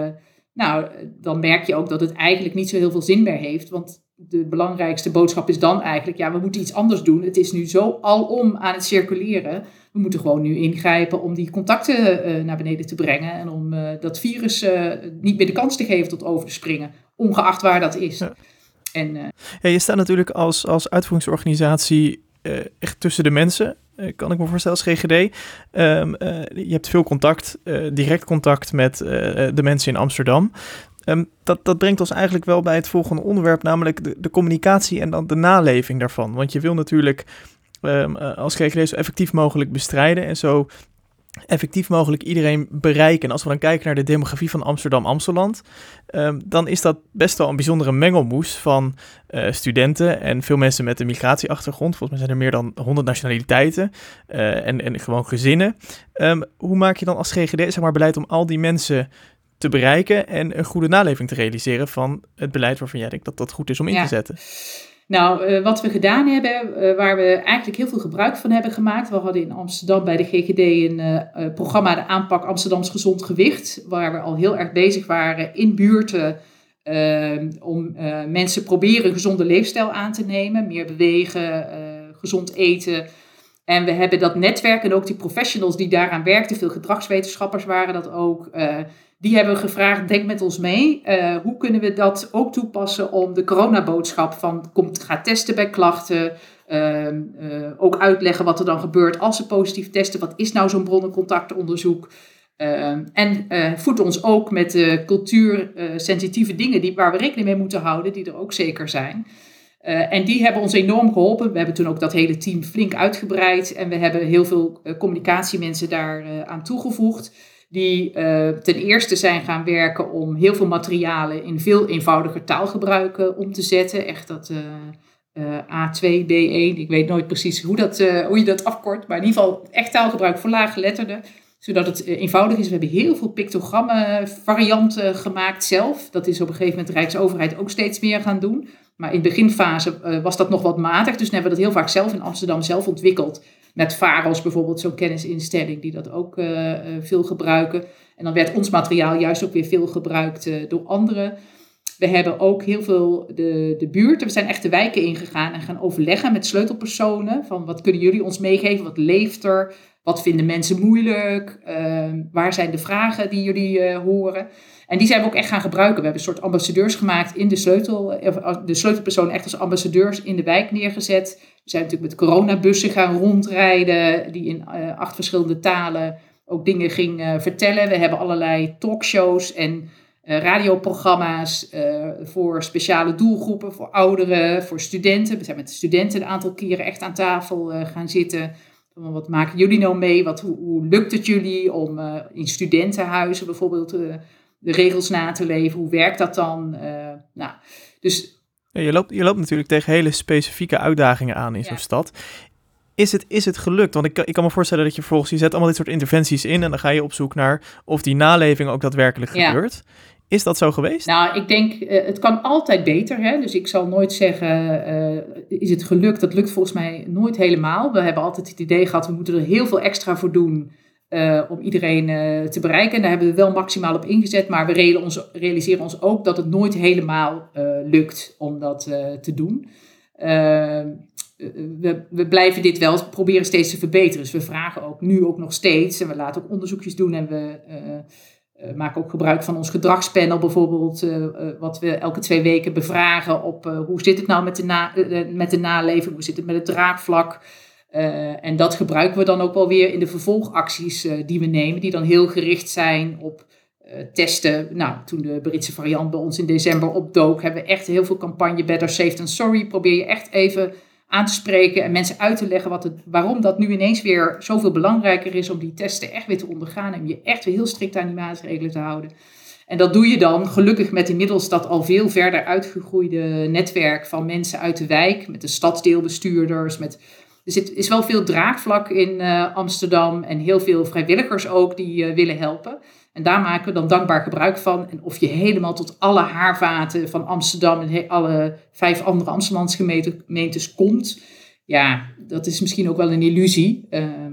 dan merk je ook dat het eigenlijk niet zo heel veel zin meer heeft. Want de belangrijkste boodschap is dan eigenlijk, we moeten iets anders doen. Het is nu zo alom aan het circuleren. We moeten gewoon nu ingrijpen om die contacten naar beneden te brengen. En om dat virus niet meer de kans te geven tot over te springen. Ongeacht waar dat is. Ja. Je staat natuurlijk als uitvoeringsorganisatie echt tussen de mensen. Kan ik me voorstellen als GGD. Je hebt veel contact, direct contact met de mensen in Amsterdam. Dat brengt ons eigenlijk wel bij het volgende onderwerp, namelijk de communicatie en dan de naleving daarvan. Want je wil natuurlijk als GGD zo effectief mogelijk bestrijden en zo effectief mogelijk iedereen bereiken. En als we dan kijken naar de demografie van Amsterdam-Amsteland, dan is dat best wel een bijzondere mengelmoes van studenten en veel mensen met een migratieachtergrond. Volgens mij zijn er meer dan 100 nationaliteiten en gewoon gezinnen. Hoe maak je dan als GGD beleid om al die mensen te bereiken en een goede naleving te realiseren van het beleid waarvan jij denkt dat dat goed is om in te zetten? Nou, wat we gedaan hebben, waar we eigenlijk heel veel gebruik van hebben gemaakt. We hadden in Amsterdam bij de GGD een programma, de aanpak Amsterdams Gezond Gewicht. Waar we al heel erg bezig waren in buurten om mensen proberen een gezonde leefstijl aan te nemen. Meer bewegen, gezond eten. En we hebben dat netwerk en ook die professionals die daaraan werkten, veel gedragswetenschappers waren dat ook. Die hebben we gevraagd, denk met ons mee. Hoe kunnen we dat ook toepassen om de coronaboodschap van ga testen bij klachten. Ook uitleggen wat er dan gebeurt als ze positief testen. Wat is nou zo'n bronnencontactonderzoek? En voedt ons ook met cultuursensitieve dingen waar we rekening mee moeten houden, die er ook zeker zijn. En die hebben ons enorm geholpen. We hebben toen ook dat hele team flink uitgebreid. En we hebben heel veel communicatiemensen daar aan toegevoegd. Die ten eerste zijn gaan werken om heel veel materialen in veel eenvoudiger taalgebruik om te zetten. Echt dat A2, B1, ik weet nooit precies hoe je dat afkort. Maar in ieder geval echt taalgebruik voor laaggeletterden. Zodat het eenvoudig is. We hebben heel veel pictogrammen varianten gemaakt zelf. Dat is op een gegeven moment de Rijksoverheid ook steeds meer gaan doen. Maar in de beginfase was dat nog wat matig. Dus dan hebben we dat heel vaak zelf in Amsterdam zelf ontwikkeld. Met VAROS bijvoorbeeld, zo'n kennisinstelling die dat ook veel gebruiken. En dan werd ons materiaal juist ook weer veel gebruikt door anderen. We hebben ook heel veel de buurt. We zijn echt de wijken ingegaan en gaan overleggen met sleutelpersonen. Van wat kunnen jullie ons meegeven? Wat leeft er? Wat vinden mensen moeilijk? Waar zijn de vragen die jullie horen? En die zijn we ook echt gaan gebruiken. We hebben een soort ambassadeurs gemaakt in de sleutelpersonen echt als ambassadeurs in de wijk neergezet. We zijn natuurlijk met coronabussen gaan rondrijden, die in 8 verschillende talen ook dingen ging vertellen. We hebben allerlei talkshows en radioprogramma's voor speciale doelgroepen, voor ouderen, voor studenten. We zijn met de studenten een aantal keren echt aan tafel gaan zitten. Wat maken jullie nou mee? Hoe lukt het jullie om in studentenhuizen bijvoorbeeld de regels na te leven? Hoe werkt dat dan? Dus ja, je loopt natuurlijk tegen hele specifieke uitdagingen aan in zo'n stad. Is het gelukt? Want ik kan me voorstellen dat je vervolgens, je zet allemaal dit soort interventies in en dan ga je op zoek naar of die naleving ook daadwerkelijk gebeurt. Is dat zo geweest? Nou, ik denk, het kan altijd beter. Hè? Dus ik zal nooit zeggen, is het gelukt? Dat lukt volgens mij nooit helemaal. We hebben altijd het idee gehad, we moeten er heel veel extra voor doen om iedereen te bereiken. En daar hebben we wel maximaal op ingezet. Maar we realiseren ons ook dat het nooit helemaal lukt om dat te doen. We blijven dit wel proberen steeds te verbeteren. Dus we vragen ook nu ook nog steeds. En we laten ook onderzoekjes doen en we maken ook gebruik van ons gedragspanel bijvoorbeeld, wat we elke 2 weken bevragen op hoe zit het nou met de naleving, hoe zit het met het draagvlak. En dat gebruiken we dan ook wel weer in de vervolgacties die we nemen, die dan heel gericht zijn op testen. Nou, toen de Britse variant bij ons in december opdook, hebben we echt heel veel campagne Better Safe Than Sorry. Probeer je echt even aan te spreken en mensen uit te leggen waarom dat nu ineens weer zoveel belangrijker is om die testen echt weer te ondergaan en je echt weer heel strikt aan die maatregelen te houden. En dat doe je dan gelukkig met inmiddels dat al veel verder uitgegroeide netwerk van mensen uit de wijk, met de stadsdeelbestuurders. Er is wel veel draagvlak in Amsterdam en heel veel vrijwilligers ook die willen helpen. En daar maken we dan dankbaar gebruik van. En of je helemaal tot alle haarvaten van Amsterdam en alle 5 andere Amsterdamse gemeentes komt. Ja, dat is misschien ook wel een illusie.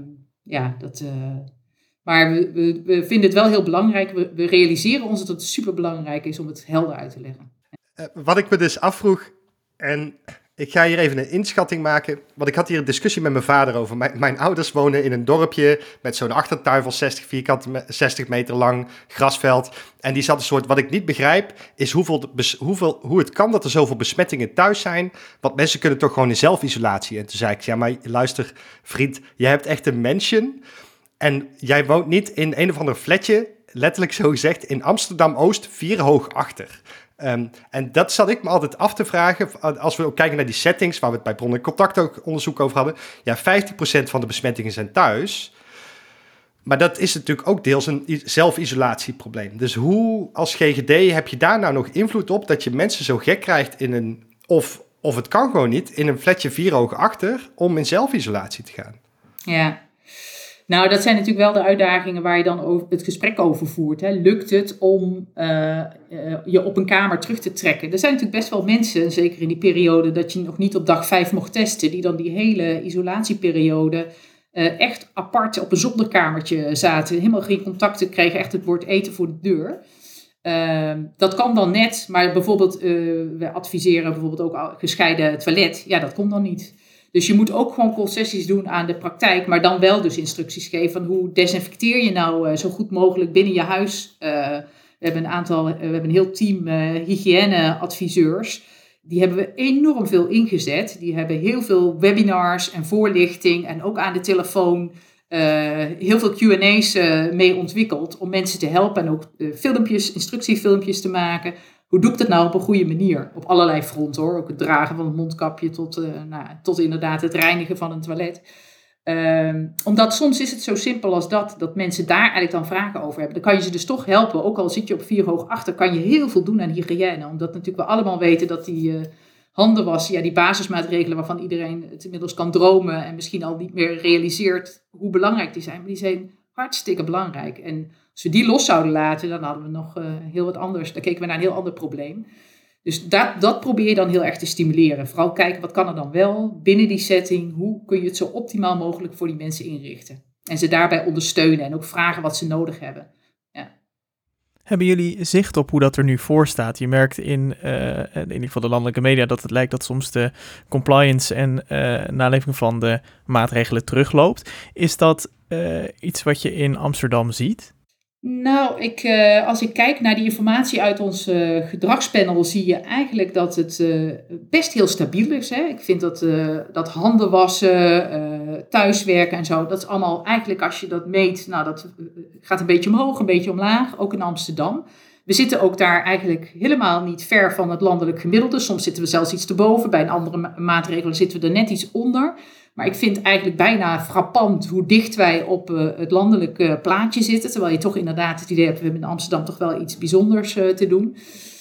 Maar we vinden het wel heel belangrijk. We realiseren ons dat het superbelangrijk is om het helder uit te leggen. Wat ik me dus afvroeg, en ik ga hier even een inschatting maken, want ik had hier een discussie met mijn vader over. Mijn ouders wonen in een dorpje met zo'n achtertuin van 60 meter lang grasveld. En die zat een soort, wat ik niet begrijp, is hoe het kan dat er zoveel besmettingen thuis zijn. Want mensen kunnen toch gewoon in zelfisolatie. En toen zei ik, ja maar luister vriend, jij hebt echt een mansion en jij woont niet in een of ander flatje, letterlijk zo gezegd, in Amsterdam-Oost 4 hoog achter. En dat zat ik me altijd af te vragen, als we ook kijken naar die settings, waar we het bij Bron en Contact ook onderzoek over hadden. Ja, 50% van de besmettingen zijn thuis. Maar dat is natuurlijk ook deels een zelfisolatieprobleem. Dus hoe als GGD heb je daar nou nog invloed op dat je mensen zo gek krijgt in een, of het kan gewoon niet, in een flatje 4 hoog achter om in zelfisolatie te gaan? Ja. Nou, dat zijn natuurlijk wel de uitdagingen waar je dan het gesprek over voert. Hè. Lukt het om je op een kamer terug te trekken? Er zijn natuurlijk best wel mensen, zeker in die periode dat je nog niet op dag 5 mocht testen, die dan die hele isolatieperiode echt apart op een zolderkamertje zaten. Helemaal geen contacten, kregen echt het woord eten voor de deur. Dat kan dan net, maar bijvoorbeeld, we adviseren bijvoorbeeld ook gescheiden toilet. Ja, dat komt dan niet. Dus je moet ook gewoon concessies doen aan de praktijk, maar dan wel dus instructies geven van hoe desinfecteer je nou zo goed mogelijk binnen je huis. We hebben een heel team hygiëneadviseurs Die hebben we enorm veel ingezet. Die hebben heel veel webinars en voorlichting en ook aan de telefoon heel veel Q&A's mee ontwikkeld om mensen te helpen en ook instructiefilmpjes te maken. Hoe doe ik dat nou op een goede manier? Op allerlei fronten hoor. Ook het dragen van het mondkapje tot inderdaad het reinigen van een toilet. Omdat soms is het zo simpel als dat mensen daar eigenlijk dan vragen over hebben. Dan kan je ze dus toch helpen. Ook al zit je op 4 hoog achter, kan je heel veel doen aan hygiëne. Omdat natuurlijk we allemaal weten dat die handen wassen, die basismaatregelen waarvan iedereen het inmiddels kan dromen en misschien al niet meer realiseert hoe belangrijk die zijn. Maar die zijn hartstikke belangrijk. En als we die los zouden laten, dan hadden we nog heel wat anders. Dan keken we naar een heel ander probleem. Dus dat probeer je dan heel erg te stimuleren. Vooral kijken, wat kan er dan wel binnen die setting? Hoe kun je het zo optimaal mogelijk voor die mensen inrichten? En ze daarbij ondersteunen en ook vragen wat ze nodig hebben. Ja. Hebben jullie zicht op hoe dat er nu voor staat? Je merkt in ieder geval de landelijke media dat het lijkt dat soms de compliance en naleving van de maatregelen terugloopt. Is dat iets wat je in Amsterdam ziet? Nou, als ik kijk naar die informatie uit ons gedragspanel, zie je eigenlijk dat het best heel stabiel is. Hè? Ik vind dat handen wassen, thuiswerken en zo, dat is allemaal eigenlijk als je dat meet, dat gaat een beetje omhoog, een beetje omlaag, ook in Amsterdam. We zitten ook daar eigenlijk helemaal niet ver van het landelijk gemiddelde. Soms zitten we zelfs iets erboven, bij een andere maatregel zitten we er net iets onder. Maar ik vind eigenlijk bijna frappant hoe dicht wij op het landelijke plaatje zitten. Terwijl je toch inderdaad het idee hebt, we hebben in Amsterdam toch wel iets bijzonders te doen.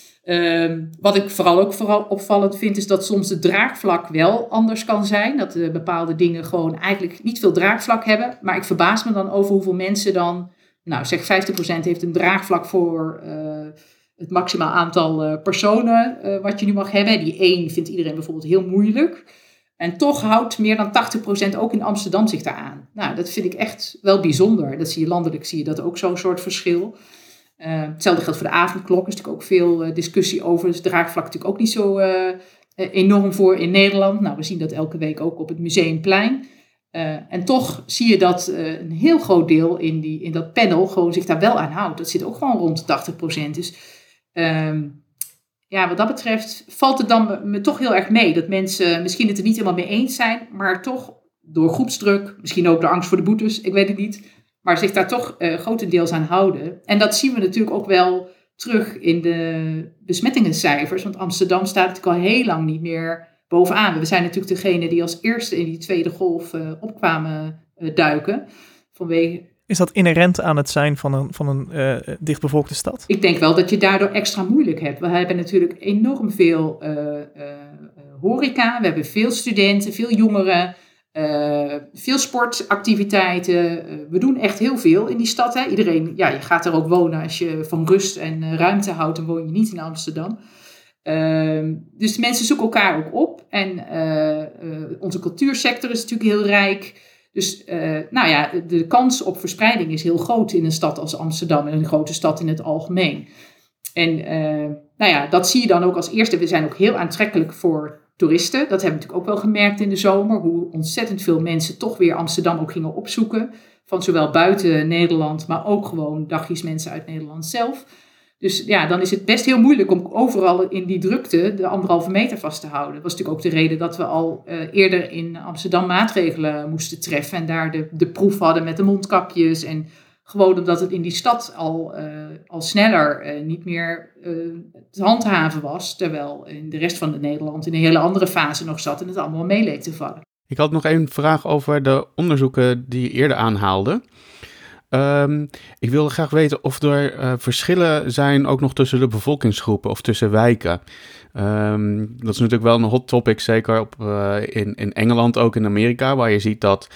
Wat ik vooral opvallend vind, is dat soms het draagvlak wel anders kan zijn. Dat bepaalde dingen gewoon eigenlijk niet veel draagvlak hebben. Maar ik verbaas me dan over hoeveel mensen dan, zeg 50% heeft een draagvlak voor het maximaal aantal personen wat je nu mag hebben. Die 1 vindt iedereen bijvoorbeeld heel moeilijk. En toch houdt meer dan 80% ook in Amsterdam zich daar aan. Dat vind ik echt wel bijzonder. Dat zie je landelijk, zie je dat ook zo'n soort verschil. Hetzelfde geldt voor de avondklok. Er is natuurlijk ook veel discussie over. Dus draagvlak natuurlijk ook niet zo enorm voor in Nederland. We zien dat elke week ook op het Museumplein. En toch zie je dat een heel groot deel in dat panel gewoon zich daar wel aan houdt. Dat zit ook gewoon rond de 80%. Dus wat dat betreft valt het dan me toch heel erg mee. Dat mensen misschien het er niet helemaal mee eens zijn, maar toch door groepsdruk, misschien ook door angst voor de boetes, ik weet het niet, maar zich daar toch grotendeels aan houden. En dat zien we natuurlijk ook wel terug in de besmettingencijfers, want Amsterdam staat natuurlijk al heel lang niet meer bovenaan. We zijn natuurlijk degene die als eerste in die tweede golf opkwamen duiken. Is dat inherent aan het zijn van een dichtbevolkte stad? Ik denk wel dat je daardoor extra moeilijk hebt. We hebben natuurlijk enorm veel horeca. We hebben veel studenten, veel jongeren, veel sportactiviteiten. We doen echt heel veel in die stad. Hè? Iedereen, je gaat er ook wonen als je van rust en ruimte houdt. Dan woon je niet in Amsterdam. Dus de mensen zoeken elkaar ook op. En onze cultuursector is natuurlijk heel rijk. Dus de kans op verspreiding is heel groot in een stad als Amsterdam en een grote stad in het algemeen. En dat zie je dan ook als eerste. We zijn ook heel aantrekkelijk voor toeristen. Dat hebben we natuurlijk ook wel gemerkt in de zomer. Hoe ontzettend veel mensen toch weer Amsterdam ook gingen opzoeken. Van zowel buiten Nederland, maar ook gewoon dagjes mensen uit Nederland zelf. Dus dan is het best heel moeilijk om overal in die drukte de 1,5 meter vast te houden. Dat was natuurlijk ook de reden dat we al eerder in Amsterdam maatregelen moesten treffen. En daar de proef hadden met de mondkapjes. En gewoon omdat het in die stad al sneller niet meer te handhaven was. Terwijl in de rest van Nederland in een hele andere fase nog zat en het allemaal mee leek te vallen. Ik had nog één vraag over de onderzoeken die je eerder aanhaalde. Ik wilde graag weten of er verschillen zijn ook nog tussen de bevolkingsgroepen of tussen wijken. Dat is natuurlijk wel een hot topic, zeker in Engeland, ook in Amerika, waar je ziet dat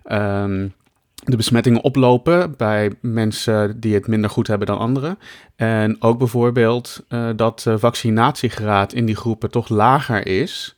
de besmettingen oplopen bij mensen die het minder goed hebben dan anderen. En ook bijvoorbeeld dat de vaccinatiegraad in die groepen toch lager is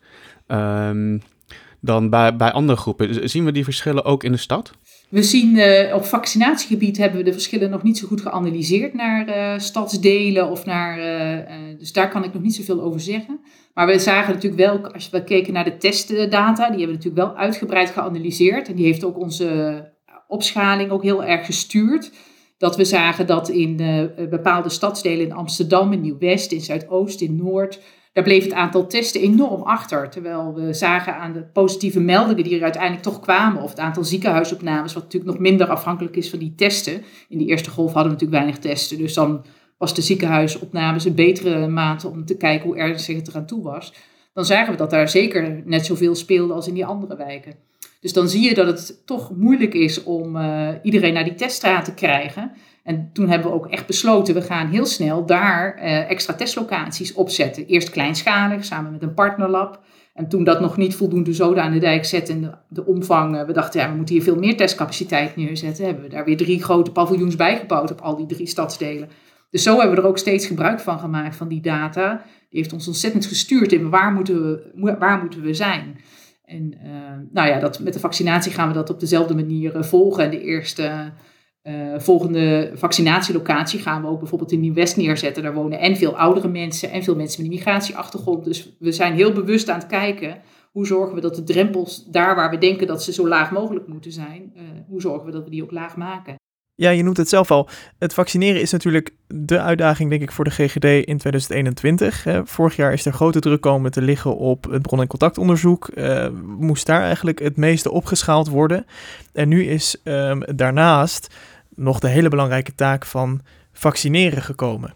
dan bij andere groepen. Zien we die verschillen ook in de stad? We zien op vaccinatiegebied hebben we de verschillen nog niet zo goed geanalyseerd naar stadsdelen of dus daar kan ik nog niet zoveel over zeggen. Maar we zagen natuurlijk wel, als we keken naar de testdata, die hebben we natuurlijk wel uitgebreid geanalyseerd. En die heeft ook onze opschaling ook heel erg gestuurd. Dat we zagen dat in bepaalde stadsdelen in Amsterdam, in Nieuw-West, in Zuidoost, in Noord, daar bleef het aantal testen enorm achter. Terwijl we zagen aan de positieve meldingen die er uiteindelijk toch kwamen, of het aantal ziekenhuisopnames, wat natuurlijk nog minder afhankelijk is van die testen. In die eerste golf hadden we natuurlijk weinig testen, dus dan was de ziekenhuisopnames een betere maat om te kijken hoe ernstig het eraan toe was. Dan zagen we dat daar zeker net zoveel speelde als in die andere wijken. Dus dan zie je dat het toch moeilijk is om iedereen naar die teststraat te krijgen. En toen hebben we ook echt besloten, we gaan heel snel daar extra testlocaties opzetten. Eerst kleinschalig, samen met een partnerlab. En toen dat nog niet voldoende zoden aan de dijk zette en de omvang, we dachten, we moeten hier veel meer testcapaciteit neerzetten. Hebben we daar weer 3 grote paviljoens bijgebouwd op al die 3 stadsdelen. Dus zo hebben we er ook steeds gebruik van gemaakt, van die data. Die heeft ons ontzettend gestuurd in waar moeten we zijn. En met de vaccinatie gaan we dat op dezelfde manier volgen. En de eerste volgende vaccinatielocatie gaan we ook bijvoorbeeld in Nieuw-West neerzetten. Daar wonen en veel oudere mensen en veel mensen met een migratieachtergrond. Dus we zijn heel bewust aan het kijken, hoe zorgen we dat de drempels daar waar we denken dat ze zo laag mogelijk moeten zijn, hoe zorgen we dat we die ook laag maken. Ja, je noemt het zelf al. Het vaccineren is natuurlijk de uitdaging, denk ik, voor de GGD in 2021. Vorig jaar is er grote druk komen te liggen op het bron- en contactonderzoek. Moest daar eigenlijk het meeste opgeschaald worden. En nu is daarnaast nog de hele belangrijke taak van vaccineren gekomen.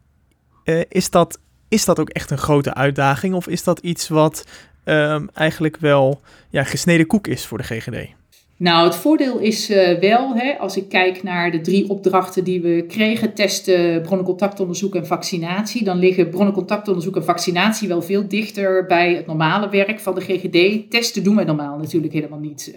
Is dat ook echt een grote uitdaging? Of is dat iets wat eigenlijk wel gesneden koek is voor de GGD? Nou, het voordeel is wel, als ik kijk naar de 3 opdrachten die we kregen, testen, bron- en contactonderzoek en vaccinatie, dan liggen bron- en contactonderzoek en vaccinatie wel veel dichter bij het normale werk van de GGD. Testen doen wij normaal natuurlijk helemaal niet.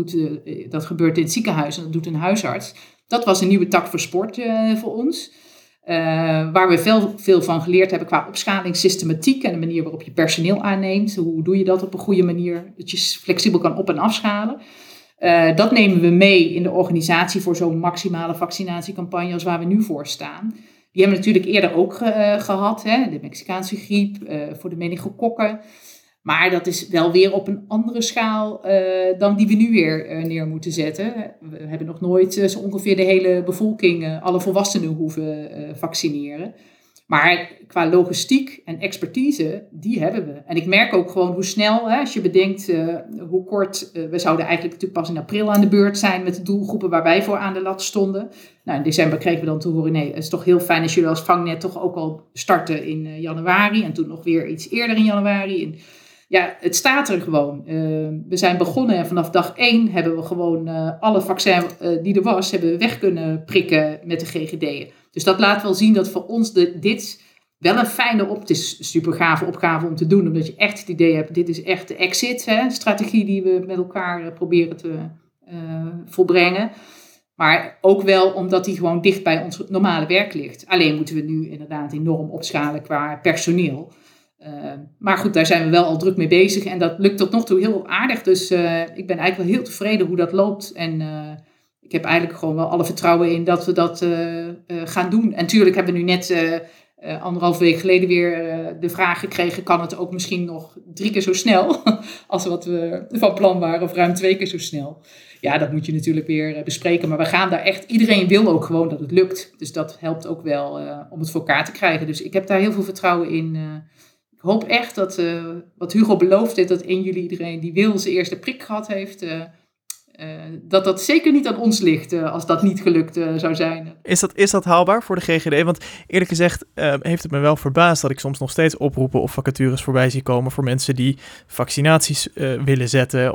Dat gebeurt in het ziekenhuis en dat doet een huisarts. Dat was een nieuwe tak voor sport voor ons. Waar we veel van geleerd hebben qua opschalingssystematiek en de manier waarop je personeel aanneemt. Hoe doe je dat op een goede manier, dat je flexibel kan op- en afschalen. Dat nemen we mee in de organisatie voor zo'n maximale vaccinatiecampagne als waar we nu voor staan. Die hebben we natuurlijk eerder ook gehad, de Mexicaanse griep, voor de meningokokken. Maar dat is wel weer op een andere schaal dan die we nu weer neer moeten zetten. We hebben nog nooit zo ongeveer de hele bevolking, alle volwassenen hoeven vaccineren. Maar qua logistiek en expertise, die hebben we. En ik merk ook gewoon hoe snel, als je bedenkt hoe kort, we zouden eigenlijk natuurlijk pas in april aan de beurt zijn met de doelgroepen waar wij voor aan de lat stonden. Nou, in december kregen we dan te horen, nee, het is toch heel fijn als jullie als vangnet toch ook al starten in januari. En toen nog weer iets eerder in januari. En ja, het staat er gewoon. We zijn begonnen en vanaf dag 1 hebben we gewoon alle vaccin die er was, hebben we weg kunnen prikken met de GGD'en. Dus dat laat wel zien dat voor ons dit wel een fijne het is een super gave opgave om te doen. Omdat je echt het idee hebt, dit is echt de exit-strategie die we met elkaar proberen te volbrengen. Maar ook wel omdat die gewoon dicht bij ons normale werk ligt. Alleen moeten we nu inderdaad enorm opschalen qua personeel. Maar goed, daar zijn we wel al druk mee bezig. En dat lukt tot nog toe heel aardig. Dus ik ben eigenlijk wel heel tevreden hoe dat loopt. En ik heb eigenlijk gewoon wel alle vertrouwen in dat we dat gaan doen. En natuurlijk hebben we nu net 1,5 week geleden weer de vraag gekregen, kan het ook misschien nog 3 keer zo snel als wat we van plan waren, of ruim 2 keer zo snel. Ja, dat moet je natuurlijk weer bespreken. Maar we gaan daar echt, iedereen wil ook gewoon dat het lukt. Dus dat helpt ook wel om het voor elkaar te krijgen. Dus ik heb daar heel veel vertrouwen in. Ik hoop echt dat wat Hugo beloofd heeft, dat 1 juli iedereen die wil zijn eerste prik gehad heeft, dat zeker niet aan ons ligt als dat niet gelukt zou zijn. Is dat haalbaar voor de GGD? Want eerlijk gezegd heeft het me wel verbaasd dat ik soms nog steeds oproepen of vacatures voorbij zie komen voor mensen die vaccinaties willen zetten.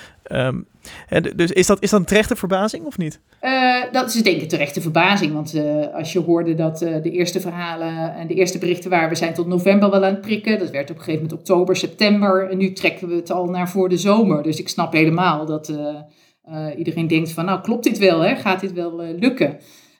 Dus is dat een terechte verbazing of niet? Dat is denk ik een terechte verbazing. Want als je hoorde dat de eerste verhalen en de eerste berichten waren, we zijn tot november wel aan het prikken. Dat werd op een gegeven moment oktober, september. En nu trekken we het al naar voor de zomer. Dus ik snap helemaal dat iedereen denkt van, nou klopt dit wel? Hè? Gaat dit wel lukken?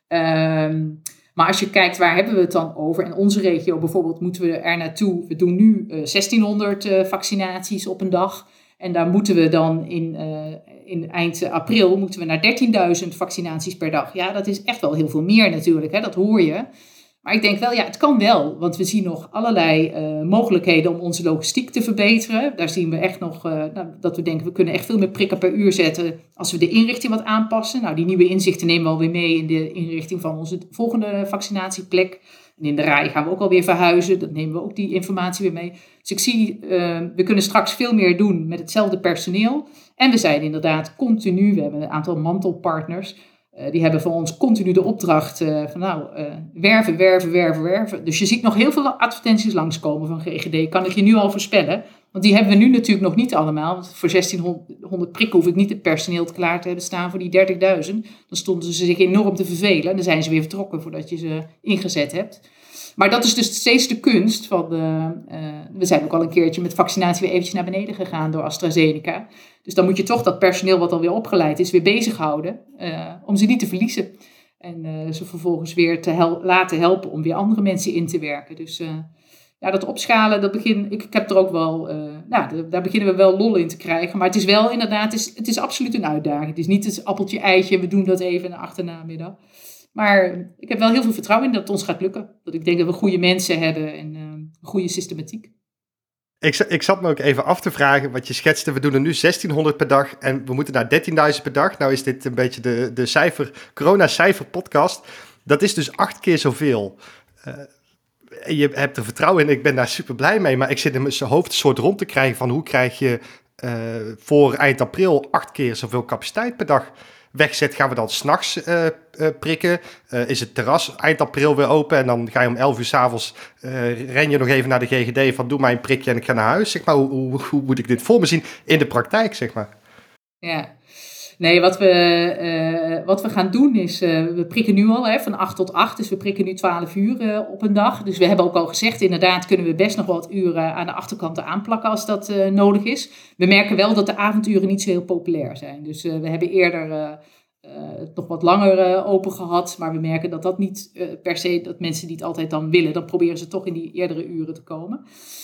Maar als je kijkt, waar hebben we het dan over? In onze regio bijvoorbeeld moeten we er naartoe. We doen nu 1600 vaccinaties op een dag. En daar moeten we dan in eind april moeten we naar 13.000 vaccinaties per dag. Ja, dat is echt wel heel veel meer natuurlijk, hè? Dat hoor je. Maar ik denk wel, ja, het kan wel. Want we zien nog allerlei mogelijkheden om onze logistiek te verbeteren. Daar zien we echt nog dat we denken, we kunnen echt veel meer prikken per uur zetten als we de inrichting wat aanpassen. Nou, die nieuwe inzichten nemen we alweer mee in de inrichting van onze volgende vaccinatieplek. En in de RAI gaan we ook alweer verhuizen. Dat nemen we ook die informatie weer mee. Dus ik zie, we kunnen straks veel meer doen met hetzelfde personeel. En we zijn inderdaad continu, we hebben een aantal mantelpartners. Die hebben van ons continu de opdracht werven. Dus je ziet nog heel veel advertenties langskomen van GGD. Kan ik je nu al voorspellen. Want die hebben we nu natuurlijk nog niet allemaal. Want voor 1600 prikken hoef ik niet het personeel klaar te hebben staan voor die 30.000. Dan stonden ze zich enorm te vervelen. En dan zijn ze weer vertrokken voordat je ze ingezet hebt. Maar dat is dus steeds de kunst van we zijn ook al een keertje met vaccinatie weer eventjes naar beneden gegaan door AstraZeneca. Dus dan moet je toch dat personeel wat alweer opgeleid is weer bezighouden om ze niet te verliezen. En ze vervolgens weer te laten helpen om weer andere mensen in te werken. Dus dat opschalen, ik heb er ook wel, daar beginnen we wel lol in te krijgen. Maar het is wel inderdaad, het is absoluut een uitdaging. Het is niet het appeltje-eitje, we doen dat even in de achternamiddag. Maar ik heb wel heel veel vertrouwen in dat het ons gaat lukken. Dat ik denk dat we goede mensen hebben en een goede systematiek. Ik zat me ook even af te vragen, wat je schetste, we doen er nu 1600 per dag en we moeten naar 13.000 per dag. Nou is dit een beetje de corona-cijfer podcast. Dat is dus 8 keer zoveel. Je hebt er vertrouwen in, ik ben daar super blij mee, maar ik zit in mijn hoofd een soort rond te krijgen van hoe krijg je voor eind april 8 keer zoveel capaciteit per dag wegzet. Gaan we dan 's nachts prikken? Is het terras eind april weer open en dan ga je om 11 uur 's avonds ren je nog even naar de GGD van doe mij een prikje en ik ga naar huis. Zeg maar, hoe moet ik dit voor me zien in de praktijk, zeg maar? Ja. Nee, wat we gaan doen is, we prikken nu al van 8 tot 8, dus we prikken nu 12 uur op een dag. Dus we hebben ook al gezegd, inderdaad kunnen we best nog wat uren aan de achterkant aanplakken als dat nodig is. We merken wel dat de avonduren niet zo heel populair zijn. Dus we hebben eerder nog wat langer open gehad, maar we merken dat dat niet per se, dat mensen niet altijd dan willen. Dan proberen ze toch in die eerdere uren te komen.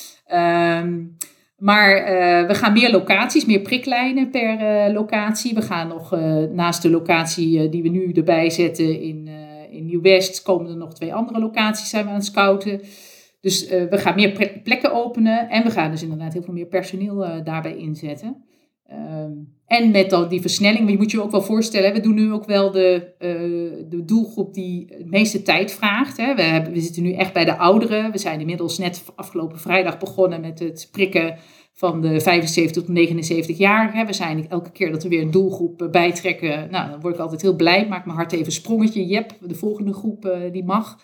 Maar we gaan meer locaties, meer priklijnen per locatie. We gaan nog naast de locatie die we nu erbij zetten in Nieuw-West, komen er nog 2 andere locaties zijn we aan het scouten. Dus we gaan meer plekken openen en we gaan dus inderdaad heel veel meer personeel daarbij inzetten. En met dan die versnelling, maar je moet je ook wel voorstellen, we doen nu ook wel de doelgroep die het meeste tijd vraagt. Hè. We zitten nu echt bij de ouderen. We zijn inmiddels net afgelopen vrijdag begonnen met het prikken van de 75 tot 79-jarigen. We zijn elke keer dat we weer een doelgroep bijtrekken, dan word ik altijd heel blij. Maak mijn hart even een sprongetje. Jep, de volgende groep die mag.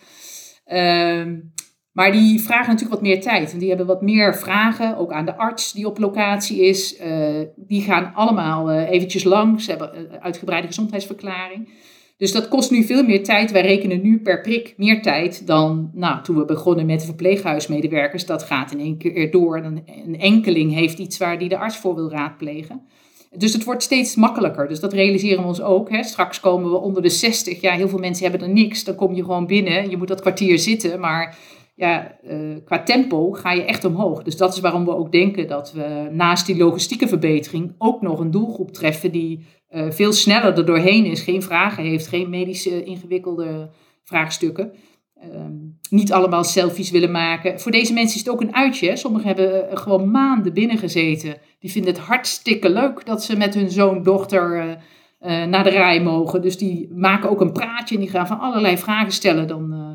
Maar die vragen natuurlijk wat meer tijd. En die hebben wat meer vragen, ook aan de arts die op locatie is. Die gaan allemaal eventjes langs. Ze hebben een uitgebreide gezondheidsverklaring. Dus dat kost nu veel meer tijd. Wij rekenen nu per prik meer tijd dan toen we begonnen met de verpleeghuismedewerkers. Dat gaat in één keer door. Een enkeling heeft iets waar die de arts voor wil raadplegen. Dus het wordt steeds makkelijker. Dus dat realiseren we ons ook. Hè. Straks komen we onder de 60. Ja, heel veel mensen hebben er niks. Dan kom je gewoon binnen. Je moet dat kwartier zitten, maar qua tempo ga je echt omhoog. Dus dat is waarom we ook denken dat we naast die logistieke verbetering ook nog een doelgroep treffen die veel sneller er doorheen is, geen vragen heeft, geen medische ingewikkelde vraagstukken. Niet allemaal selfies willen maken. Voor deze mensen is het ook een uitje. Hè. Sommigen hebben gewoon maanden binnen gezeten. Die vinden het hartstikke leuk dat ze met hun zoon, dochter naar de RAI mogen. Dus die maken ook een praatje en die gaan van allerlei vragen stellen.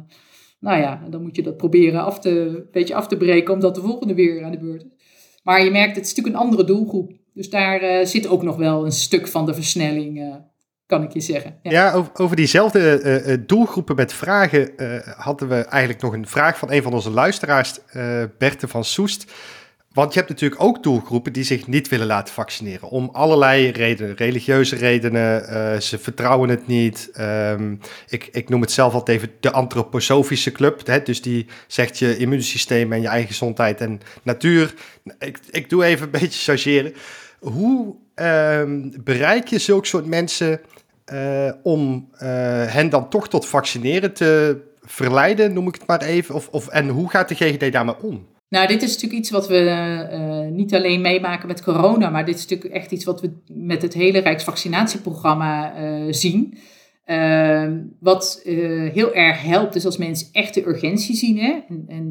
Dan moet je dat proberen een beetje af te breken, omdat de volgende weer aan de beurt is. Maar je merkt, het is natuurlijk een andere doelgroep. Dus daar zit ook nog wel een stuk van de versnelling, kan ik je zeggen. Ja, over diezelfde doelgroepen met vragen hadden we eigenlijk nog een vraag van een van onze luisteraars, Berthe van Soest. Want je hebt natuurlijk ook doelgroepen die zich niet willen laten vaccineren. Om allerlei redenen. Religieuze redenen. Ze vertrouwen het niet. Ik noem het zelf altijd even de antroposofische club. Hè? Dus die zegt je immuunsysteem en je eigen gezondheid en natuur. Ik doe even een beetje chargeren. Hoe bereik je zulke soort mensen om hen dan toch tot vaccineren te verleiden, noem ik het maar even? En hoe gaat de GGD daarmee om? Nou, dit is natuurlijk iets wat we niet alleen meemaken met corona, maar dit is natuurlijk echt iets wat we met het hele Rijksvaccinatieprogramma zien. Wat heel erg helpt is als mensen echt de urgentie zien. Hè?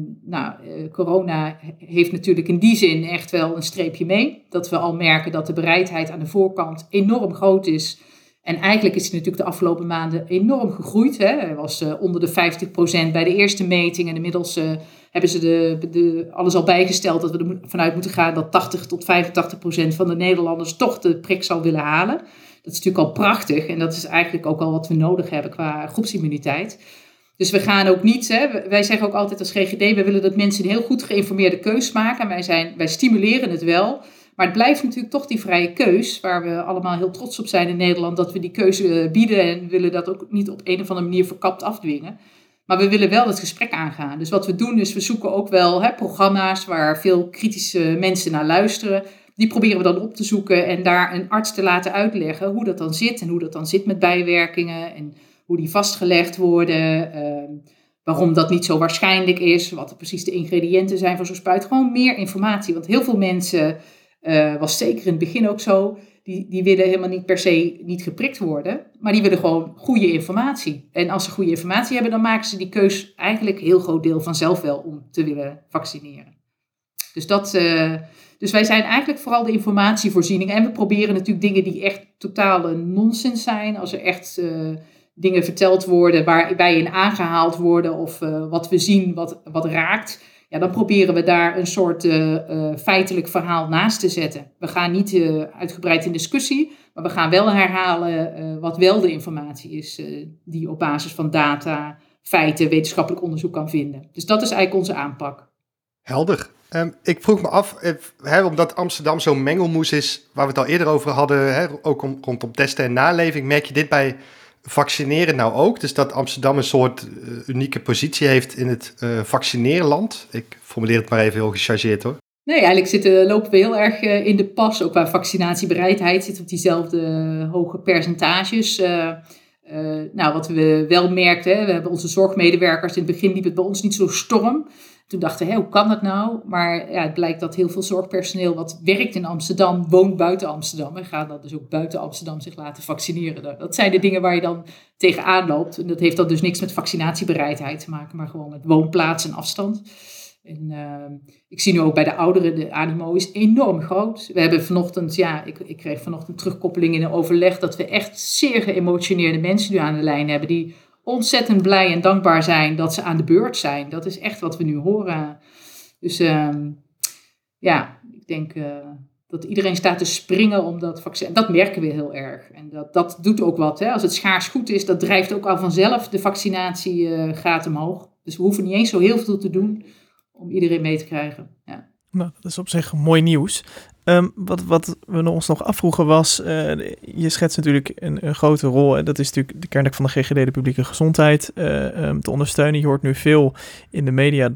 Corona heeft natuurlijk in die zin echt wel een streepje mee. Dat we al merken dat de bereidheid aan de voorkant enorm groot is. En eigenlijk is hij natuurlijk de afgelopen maanden enorm gegroeid. Hè. Hij was onder de 50% bij de eerste meting. En inmiddels hebben ze alles al bijgesteld dat we er vanuit moeten gaan dat 80 tot 85% van de Nederlanders toch de prik zal willen halen. Dat is natuurlijk al prachtig. En dat is eigenlijk ook al wat we nodig hebben qua groepsimmuniteit. Dus we gaan ook niet, wij zeggen ook altijd als GGD, we willen dat mensen een heel goed geïnformeerde keus maken. Wij stimuleren het wel. Maar het blijft natuurlijk toch die vrije keus, waar we allemaal heel trots op zijn in Nederland, dat we die keuze bieden en willen dat ook niet op een of andere manier verkapt afdwingen. Maar we willen wel het gesprek aangaan. Dus wat we doen is, we zoeken ook wel programma's waar veel kritische mensen naar luisteren. Die proberen we dan op te zoeken en daar een arts te laten uitleggen hoe dat dan zit. En hoe dat dan zit met bijwerkingen en hoe die vastgelegd worden. Waarom dat niet zo waarschijnlijk is. Wat er precies de ingrediënten zijn van zo'n spuit. Gewoon meer informatie. Want heel veel mensen, was zeker in het begin ook zo, die willen helemaal niet per se niet geprikt worden. Maar die willen gewoon goede informatie. En als ze goede informatie hebben, dan maken ze die keus eigenlijk een heel groot deel vanzelf wel om te willen vaccineren. Dus wij zijn eigenlijk vooral de informatievoorziening. En we proberen natuurlijk dingen die echt totale nonsens zijn. Als er echt dingen verteld worden waar wij in aangehaald worden of wat we zien wat raakt. Ja, dan proberen we daar een soort feitelijk verhaal naast te zetten. We gaan niet uitgebreid in discussie, maar we gaan wel herhalen wat wel de informatie is die je op basis van data, feiten, wetenschappelijk onderzoek kan vinden. Dus dat is eigenlijk onze aanpak. Helder. Ik vroeg me af, omdat Amsterdam zo'n mengelmoes is, waar we het al eerder over hadden, ook rondom testen en naleving, merk je dit bij vaccineren nou ook? Dus dat Amsterdam een soort unieke positie heeft in het vaccinerenland? Ik formuleer het maar even heel gechargeerd hoor. Nee, eigenlijk lopen we heel erg in de pas. Ook qua vaccinatiebereidheid zitten op diezelfde hoge percentages. Wat we wel merkten, we hebben onze zorgmedewerkers, in het begin liep het bij ons niet zo storm. Toen dachten we, hoe kan dat nou? Maar het blijkt dat heel veel zorgpersoneel wat werkt in Amsterdam, woont buiten Amsterdam. En gaat dan dus ook buiten Amsterdam zich laten vaccineren. Dat zijn de dingen waar je dan tegenaan loopt. En dat heeft dan dus niks met vaccinatiebereidheid te maken, maar gewoon met woonplaats en afstand. En ik zie nu ook bij de ouderen, de animo is enorm groot. We hebben vanochtend, ik kreeg vanochtend terugkoppeling in een overleg dat we echt zeer geëmotioneerde mensen nu aan de lijn hebben die ontzettend blij en dankbaar zijn dat ze aan de beurt zijn. Dat is echt wat we nu horen. Dus ik denk dat iedereen staat te springen om dat vaccin. Dat merken we heel erg. En dat doet ook wat. Hè. Als het schaars goed is, dat drijft ook al vanzelf de vaccinatiegraad omhoog. Dus we hoeven niet eens zo heel veel te doen om iedereen mee te krijgen. Ja. Nou, dat is op zich mooi nieuws. Wat we ons nog afvroegen was, je schetst natuurlijk een grote rol. En dat is natuurlijk de kerntaak van de GGD, de publieke gezondheid, te ondersteunen. Je hoort nu veel in de media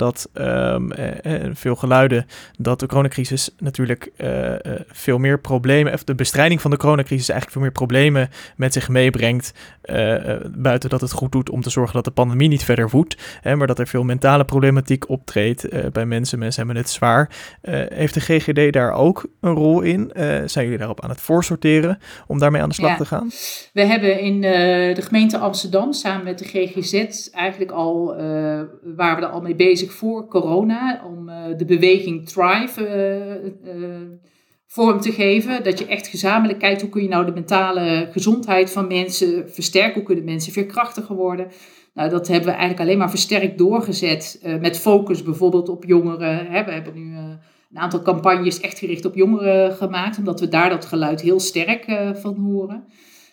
veel geluiden dat de coronacrisis natuurlijk veel meer problemen, of de bestrijding van de coronacrisis eigenlijk veel meer problemen met zich meebrengt. Buiten dat het goed doet om te zorgen dat de pandemie niet verder woedt. Maar dat er veel mentale problematiek optreedt bij mensen. Mensen hebben het zwaar. Heeft de GGD daar ook een rol in? Zijn jullie daarop aan het voorsorteren om daarmee aan de slag te gaan? We hebben in de gemeente Amsterdam samen met de GGZ eigenlijk al, waren we er al mee bezig voor corona, om de beweging Thrive vorm te geven. Dat je echt gezamenlijk kijkt, hoe kun je nou de mentale gezondheid van mensen versterken? Hoe kunnen mensen veerkrachtiger worden? Nou, dat hebben we eigenlijk alleen maar versterkt doorgezet met focus bijvoorbeeld op jongeren. We hebben nu een aantal campagnes echt gericht op jongeren gemaakt, omdat we daar dat geluid heel sterk van horen.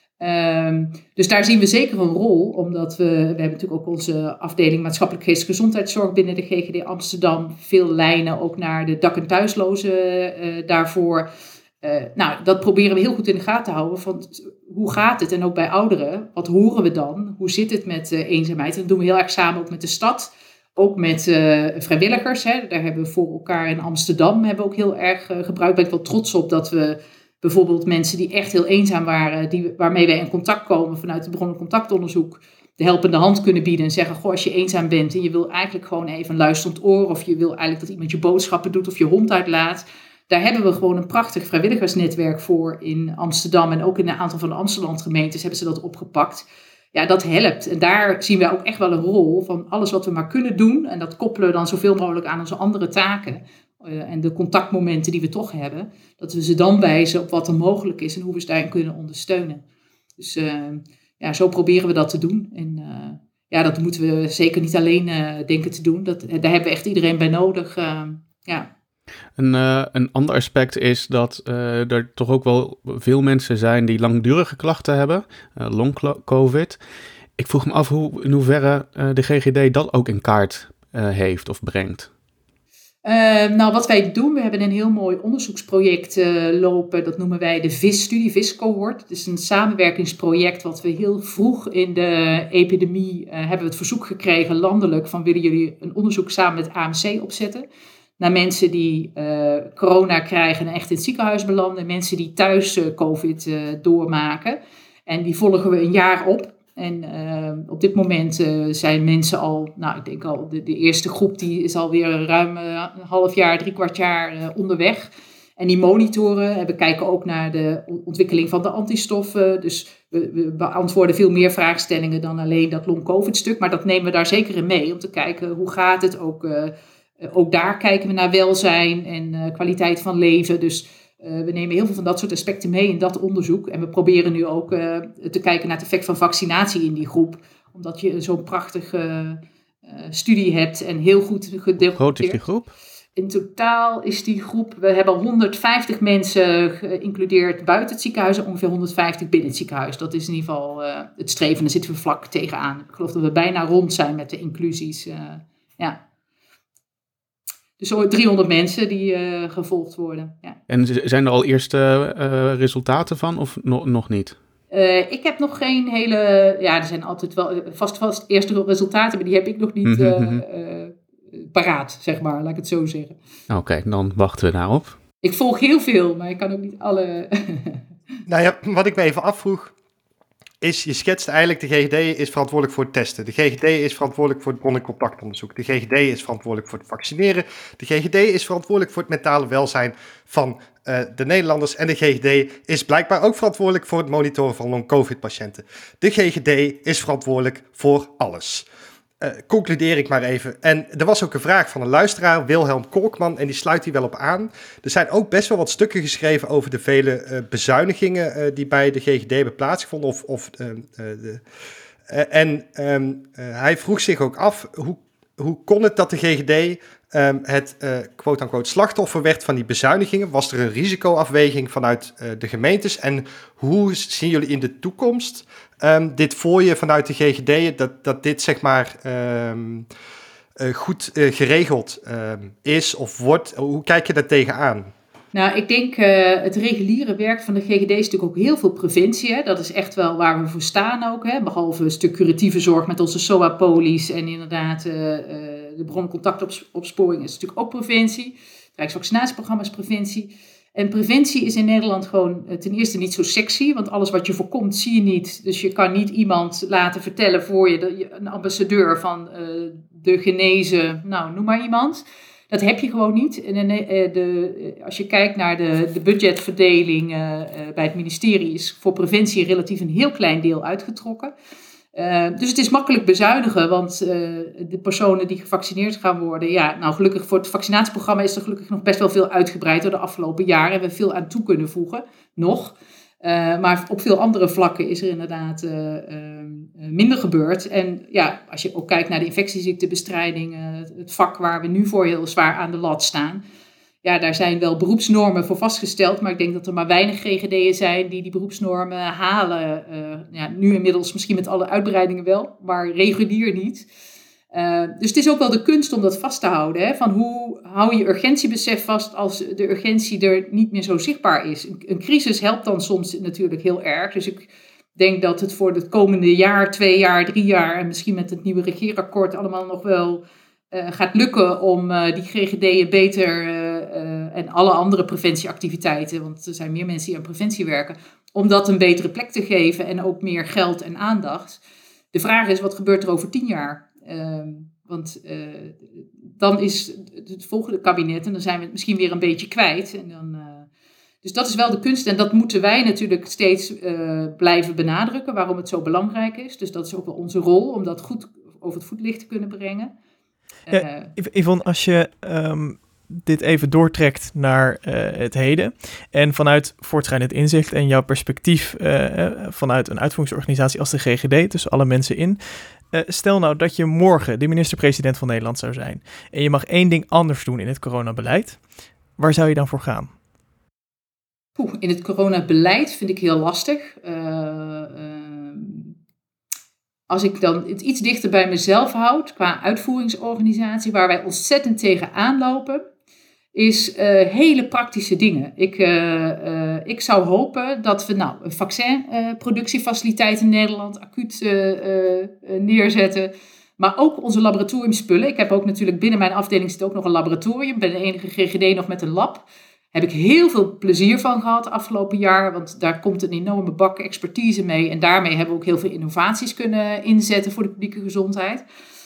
Dus daar zien we zeker een rol, omdat we hebben natuurlijk ook onze afdeling maatschappelijk geestelijke gezondheidszorg binnen de GGD Amsterdam, veel lijnen ook naar de dak- en thuislozen daarvoor. Dat proberen we heel goed in de gaten te houden, van hoe gaat het? En ook bij ouderen, wat horen we dan? Hoe zit het met eenzaamheid? En dat doen we heel erg samen ook met de stad. Ook met vrijwilligers. Daar hebben we voor elkaar in Amsterdam hebben we ook heel erg gebruikt. Ben ik wel trots op dat we bijvoorbeeld mensen die echt heel eenzaam waren, waarmee wij in contact komen vanuit het begonnen contactonderzoek, de helpende hand kunnen bieden en zeggen, goh, als je eenzaam bent en je wil eigenlijk gewoon even een luisterend oor, of je wil eigenlijk dat iemand je boodschappen doet of je hond uitlaat. Daar hebben we gewoon een prachtig vrijwilligersnetwerk voor in Amsterdam. En ook in een aantal van de Amsterdamse gemeentes hebben ze dat opgepakt. Ja, dat helpt. En daar zien we ook echt wel een rol van alles wat we maar kunnen doen. En dat koppelen we dan zoveel mogelijk aan onze andere taken. En de contactmomenten die we toch hebben. Dat we ze dan wijzen op wat er mogelijk is en hoe we ze daarin kunnen ondersteunen. Dus zo proberen we dat te doen. En dat moeten we zeker niet alleen denken te doen. Daar hebben we echt iedereen bij nodig. Een ander aspect is dat er toch ook wel veel mensen zijn die langdurige klachten hebben, long-covid. Ik vroeg me af in hoeverre de GGD dat ook in kaart heeft of brengt. Wat wij doen, we hebben een heel mooi onderzoeksproject lopen. Dat noemen wij de VIS-studie, VIS-cohort. Het is een samenwerkingsproject wat we heel vroeg in de epidemie hebben we het verzoek gekregen landelijk van willen jullie een onderzoek samen met AMC opzetten naar mensen die corona krijgen en echt in het ziekenhuis belanden. Mensen die thuis COVID doormaken. En die volgen we een jaar op. En op dit moment zijn mensen al, ik denk al, de eerste groep die is alweer ruim een half jaar, 3/4 jaar onderweg. En die monitoren en we kijken ook naar de ontwikkeling van de antistoffen. Dus we beantwoorden veel meer vraagstellingen dan alleen dat long-covid stuk. Maar dat nemen we daar zeker in mee om te kijken hoe gaat het. Ook daar kijken we naar welzijn en kwaliteit van leven. Dus we nemen heel veel van dat soort aspecten mee in dat onderzoek. En we proberen nu ook te kijken naar het effect van vaccinatie in die groep. Omdat je zo'n prachtige studie hebt en heel goed gedeeld. Hoe groot is die groep? In totaal is die groep, we hebben 150 mensen geïncludeerd buiten het ziekenhuis en ongeveer 150 binnen het ziekenhuis. Dat is in ieder geval het streven, daar zitten we vlak tegenaan. Ik geloof dat we bijna rond zijn met de inclusies. Dus zo'n 300 mensen die gevolgd worden. Ja. En zijn er al eerste resultaten van of nog niet? Ik heb nog geen hele... er zijn altijd wel vast eerste resultaten, maar die heb ik nog niet paraat, zeg maar. Laat ik het zo zeggen. Oké, dan wachten we daarop. Ik volg heel veel, maar ik kan ook niet alle... Wat ik me even afvroeg, is je schetst eigenlijk de GGD is verantwoordelijk voor het testen. De GGD is verantwoordelijk voor het bron- en contactonderzoek. De GGD is verantwoordelijk voor het vaccineren. De GGD is verantwoordelijk voor het mentale welzijn van de Nederlanders. En de GGD is blijkbaar ook verantwoordelijk voor het monitoren van long-covid-patiënten. De GGD is verantwoordelijk voor alles. Concludeer ik maar even. En er was ook een vraag van een luisteraar, Wilhelm Kolkman, en die sluit hier wel op aan. Er zijn ook best wel wat stukken geschreven over de vele bezuinigingen die bij de GGD hebben plaatsgevonden. Hij vroeg zich ook af, hoe kon het dat de GGD het quote-unquote slachtoffer werd van die bezuinigingen? Was er een risicoafweging vanuit de gemeentes? En hoe zien jullie in de toekomst dit voor je vanuit de GGD, dat dit zeg maar goed geregeld is of wordt? Hoe kijk je daar tegenaan? Nou, ik denk het reguliere werk van de GGD is natuurlijk ook heel veel preventie. Hè? Dat is echt wel waar we voor staan ook. Hè? Behalve een stuk curatieve zorg met onze SOA-polies en inderdaad de bron-contactopsporing is natuurlijk ook preventie. Het Rijksvaccinatieprogramma is preventie. En preventie is in Nederland gewoon ten eerste niet zo sexy, want alles wat je voorkomt zie je niet. Dus je kan niet iemand laten vertellen voor je, een ambassadeur van de genezen, noem maar iemand. Dat heb je gewoon niet. En als je kijkt naar de budgetverdeling bij het ministerie is voor preventie relatief een heel klein deel uitgetrokken. Dus het is makkelijk bezuinigen, want de personen die gevaccineerd gaan worden, gelukkig voor het vaccinatieprogramma is er gelukkig nog best wel veel uitgebreid door de afgelopen jaren. Hebben we veel aan toe kunnen voegen, nog. Maar op veel andere vlakken is er inderdaad minder gebeurd. En als je ook kijkt naar de infectieziektebestrijding, het vak waar we nu voor heel zwaar aan de lat staan. Ja, daar zijn wel beroepsnormen voor vastgesteld, maar ik denk dat er maar weinig GGD'en zijn die beroepsnormen halen. Nu inmiddels misschien met alle uitbreidingen wel, maar regulier niet. Dus het is ook wel de kunst om dat vast te houden. Hè? Van hoe hou je urgentiebesef vast als de urgentie er niet meer zo zichtbaar is. Een crisis helpt dan soms natuurlijk heel erg. Dus ik denk dat het voor het komende jaar, 2 jaar, 3 jaar en misschien met het nieuwe regeerakkoord allemaal nog wel gaat lukken om die GGD'en beter en alle andere preventieactiviteiten, want er zijn meer mensen die aan preventie werken, om dat een betere plek te geven en ook meer geld en aandacht. De vraag is, wat gebeurt er over 10 jaar? Want dan is het volgende kabinet en dan zijn we het misschien weer een beetje kwijt. Dus dat is wel de kunst en dat moeten wij natuurlijk steeds blijven benadrukken, waarom het zo belangrijk is. Dus dat is ook wel onze rol, om dat goed over het voetlicht te kunnen brengen. Yvonne, als je dit even doortrekt naar het heden en vanuit voortschrijdend inzicht en jouw perspectief vanuit een uitvoeringsorganisatie als de GGD, tussen alle mensen in, stel nou dat je morgen de minister-president van Nederland zou zijn en je mag 1 ding anders doen in het coronabeleid, waar zou je dan voor gaan? In het coronabeleid vind ik heel lastig. Als ik dan het iets dichter bij mezelf houd, qua uitvoeringsorganisatie, waar wij ontzettend tegen aanlopen, is hele praktische dingen. Ik zou hopen dat we een vaccinproductiefaciliteit in Nederland acuut neerzetten. Maar ook onze laboratoriumspullen. Ik heb ook natuurlijk binnen mijn afdeling zit ook nog een laboratorium. Ik ben de enige GGD nog met een lab. Heb ik heel veel plezier van gehad afgelopen jaar. Want daar komt een enorme bak expertise mee. En daarmee hebben we ook heel veel innovaties kunnen inzetten voor de publieke gezondheid.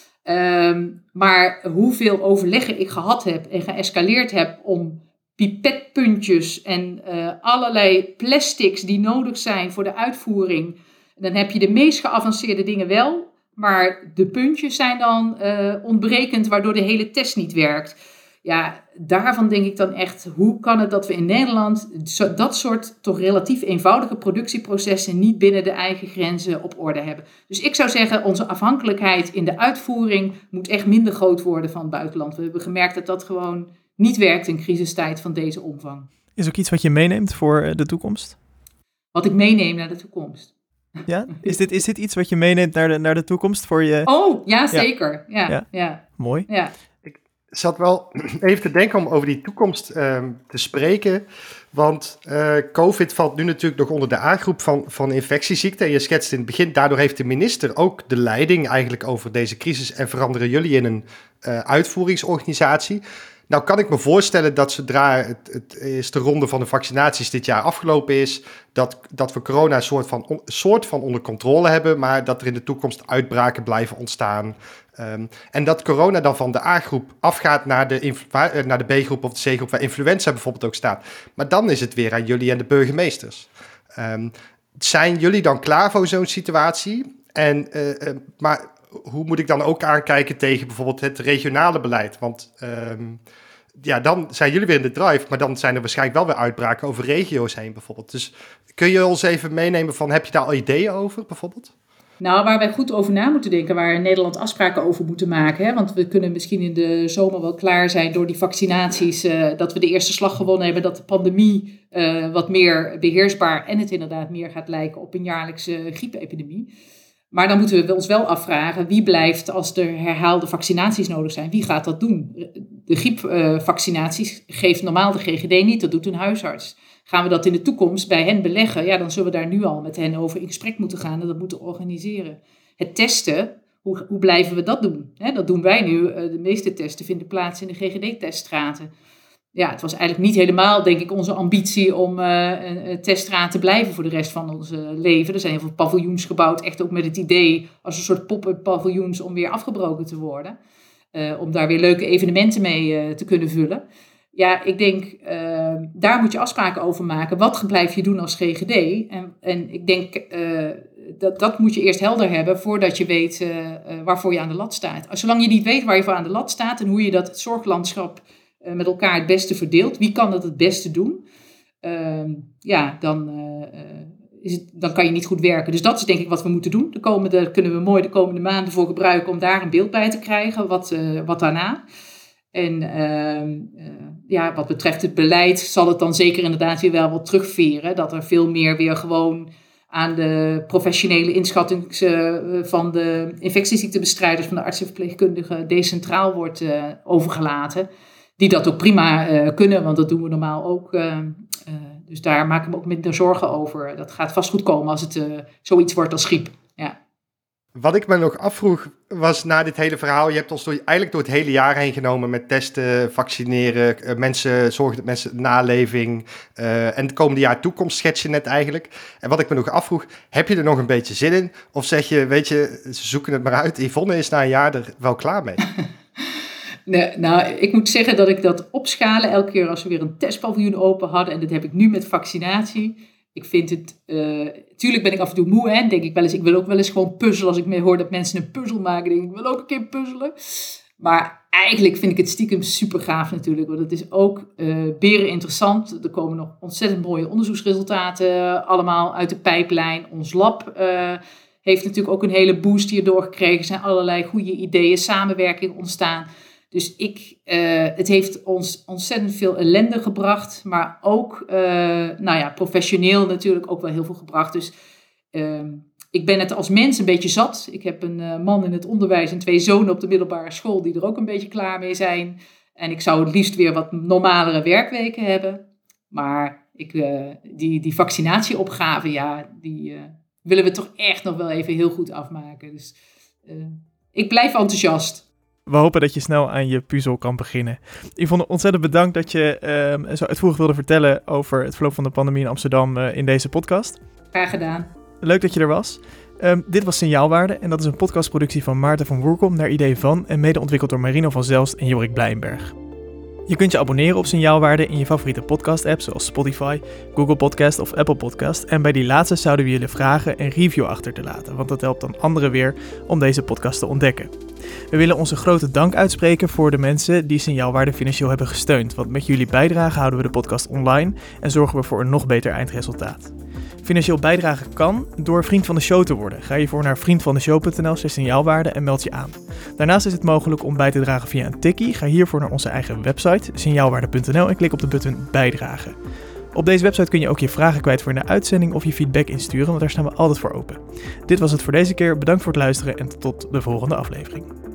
Maar hoeveel overleggen ik gehad heb en geëscaleerd heb om pipetpuntjes en allerlei plastics die nodig zijn voor de uitvoering. Dan heb je de meest geavanceerde dingen wel, maar de puntjes zijn dan ontbrekend, waardoor de hele test niet werkt. Ja, daarvan denk ik dan echt, hoe kan het dat we in Nederland dat soort toch relatief eenvoudige productieprocessen niet binnen de eigen grenzen op orde hebben. Dus ik zou zeggen, onze afhankelijkheid in de uitvoering moet echt minder groot worden van het buitenland. We hebben gemerkt dat dat gewoon niet werkt in crisistijd van deze omvang. Is ook iets wat je meeneemt voor de toekomst? Wat ik meeneem naar de toekomst. Ja? Is dit iets wat je meeneemt naar de toekomst voor je... Oh, ja, zeker. Ja. Mooi. Ja. Ik zat wel even te denken om over die toekomst te spreken. Want COVID valt nu natuurlijk nog onder de A-groep van infectieziekten. En je schetst in het begin, daardoor heeft de minister ook de leiding eigenlijk over deze crisis. En veranderen jullie in een uitvoeringsorganisatie. Nou kan ik me voorstellen dat zodra het eerste ronde van de vaccinaties dit jaar afgelopen is, dat we corona een soort van onder controle hebben, maar dat er in de toekomst uitbraken blijven ontstaan. En dat corona dan van de A-groep afgaat naar de B-groep of de C-groep, waar influenza bijvoorbeeld ook staat. Maar dan is het weer aan jullie en de burgemeesters. Zijn jullie dan klaar voor zo'n situatie? Maar hoe moet ik dan ook aankijken tegen bijvoorbeeld het regionale beleid? Want dan zijn jullie weer in de drive, maar dan zijn er waarschijnlijk wel weer uitbraken over regio's heen bijvoorbeeld. Dus kun je ons even meenemen van, heb je daar al ideeën over bijvoorbeeld? Nou, waar wij goed over na moeten denken, waar Nederland afspraken over moeten maken. Hè? Want we kunnen misschien in de zomer wel klaar zijn door die vaccinaties. Dat we de eerste slag gewonnen hebben, dat de pandemie wat meer beheersbaar en het inderdaad meer gaat lijken op een jaarlijkse griepepidemie. Maar dan moeten we ons wel afvragen, wie blijft als er herhaalde vaccinaties nodig zijn? Wie gaat dat doen? De griepvaccinaties geeft normaal de GGD niet, dat doet een huisarts. Gaan we dat in de toekomst bij hen beleggen? Ja, dan zullen we daar nu al met hen over in gesprek moeten gaan en dat moeten organiseren. Het testen, hoe blijven we dat doen? Dat doen wij nu. De meeste testen vinden plaats in de GGD-teststraten. Ja, het was eigenlijk niet helemaal, denk ik, onze ambitie om een teststraat te blijven voor de rest van ons leven. Er zijn heel veel paviljoens gebouwd, echt ook met het idee als een soort pop-up paviljoens om weer afgebroken te worden. Om daar weer leuke evenementen mee te kunnen vullen. Ja, ik denk, daar moet je afspraken over maken. Wat blijf je doen als GGD? En ik denk, dat moet je eerst helder hebben voordat je weet waarvoor je aan de lat staat. Zolang je niet weet waar je voor aan de lat staat en hoe je dat zorglandschap met elkaar het beste verdeelt, wie kan dat het beste doen, dan kan je niet goed werken. Dus dat is denk ik wat we moeten doen. Daar kunnen we mooi de komende maanden voor gebruiken om daar een beeld bij te krijgen. Wat daarna. En wat betreft het beleid zal het dan zeker inderdaad weer wel wat terugveren. Dat er veel meer weer gewoon aan de professionele inschatting van de infectieziektebestrijders, van de artsen en verpleegkundigen, decentraal wordt overgelaten. Die dat ook prima kunnen, want dat doen we normaal ook. Dus daar maken we ook minder zorgen over. Dat gaat vast goed komen als het zoiets wordt als griep. Ja. Wat ik me nog afvroeg was na dit hele verhaal, je hebt ons eigenlijk door het hele jaar heen genomen met testen, vaccineren, zorgen dat mensen naleving en het komende jaar toekomst schets je net eigenlijk. En wat ik me nog afvroeg, heb je er nog een beetje zin in? Of zeg je, weet je, ze zoeken het maar uit, Yvonne is na een jaar er wel klaar mee? Nee, nou, ik moet zeggen dat ik dat opschalen elke keer als we weer een testpaviljoen open hadden. En dat heb ik nu met vaccinatie. Ik vind het, tuurlijk ben ik af en toe moe, hè. Denk ik wel eens, ik wil ook wel eens gewoon puzzelen. Als ik hoor dat mensen een puzzel maken, denk ik wil ook een keer puzzelen. Maar eigenlijk vind ik het stiekem super gaaf natuurlijk. Want het is ook beren interessant. Er komen nog ontzettend mooie onderzoeksresultaten allemaal uit de pijplijn. Ons lab heeft natuurlijk ook een hele boost hierdoor gekregen. Er zijn allerlei goede ideeën, samenwerking ontstaan. Dus het heeft ons ontzettend veel ellende gebracht. Maar ook professioneel natuurlijk ook wel heel veel gebracht. Dus ik ben het als mens een beetje zat. Ik heb een man in het onderwijs en 2 zonen op de middelbare school die er ook een beetje klaar mee zijn. En ik zou het liefst weer wat normalere werkweken hebben. Maar die vaccinatieopgave, die willen we toch echt nog wel even heel goed afmaken. Dus ik blijf enthousiast. We hopen dat je snel aan je puzzel kan beginnen. Yvonne, ontzettend bedankt dat je zo uitvoerig wilde vertellen over het verloop van de pandemie in Amsterdam in deze podcast. Graag gedaan. Leuk dat je er was. Dit was Signaalwaarde en dat is een podcastproductie van Maarten van Woerkom naar idee van en mede ontwikkeld door Marino van Zelst en Jorik Blijnberg. Je kunt je abonneren op Signaalwaarde in je favoriete podcast-app zoals Spotify, Google Podcast of Apple Podcast. En bij die laatste zouden we jullie vragen en review achter te laten, want dat helpt dan anderen weer om deze podcast te ontdekken. We willen onze grote dank uitspreken voor de mensen die Signaalwaarde financieel hebben gesteund, want met jullie bijdrage houden we de podcast online en zorgen we voor een nog beter eindresultaat. Financieel bijdragen kan door vriend van de show te worden. Ga hiervoor naar vriendvandeshow.nl/signaalwaarde en meld je aan. Daarnaast is het mogelijk om bij te dragen via een tikkie. Ga hiervoor naar onze eigen website signaalwaarde.nl en klik op de button bijdragen. Op deze website kun je ook je vragen kwijt voor in de uitzending of je feedback insturen, want daar staan we altijd voor open. Dit was het voor deze keer. Bedankt voor het luisteren en tot de volgende aflevering.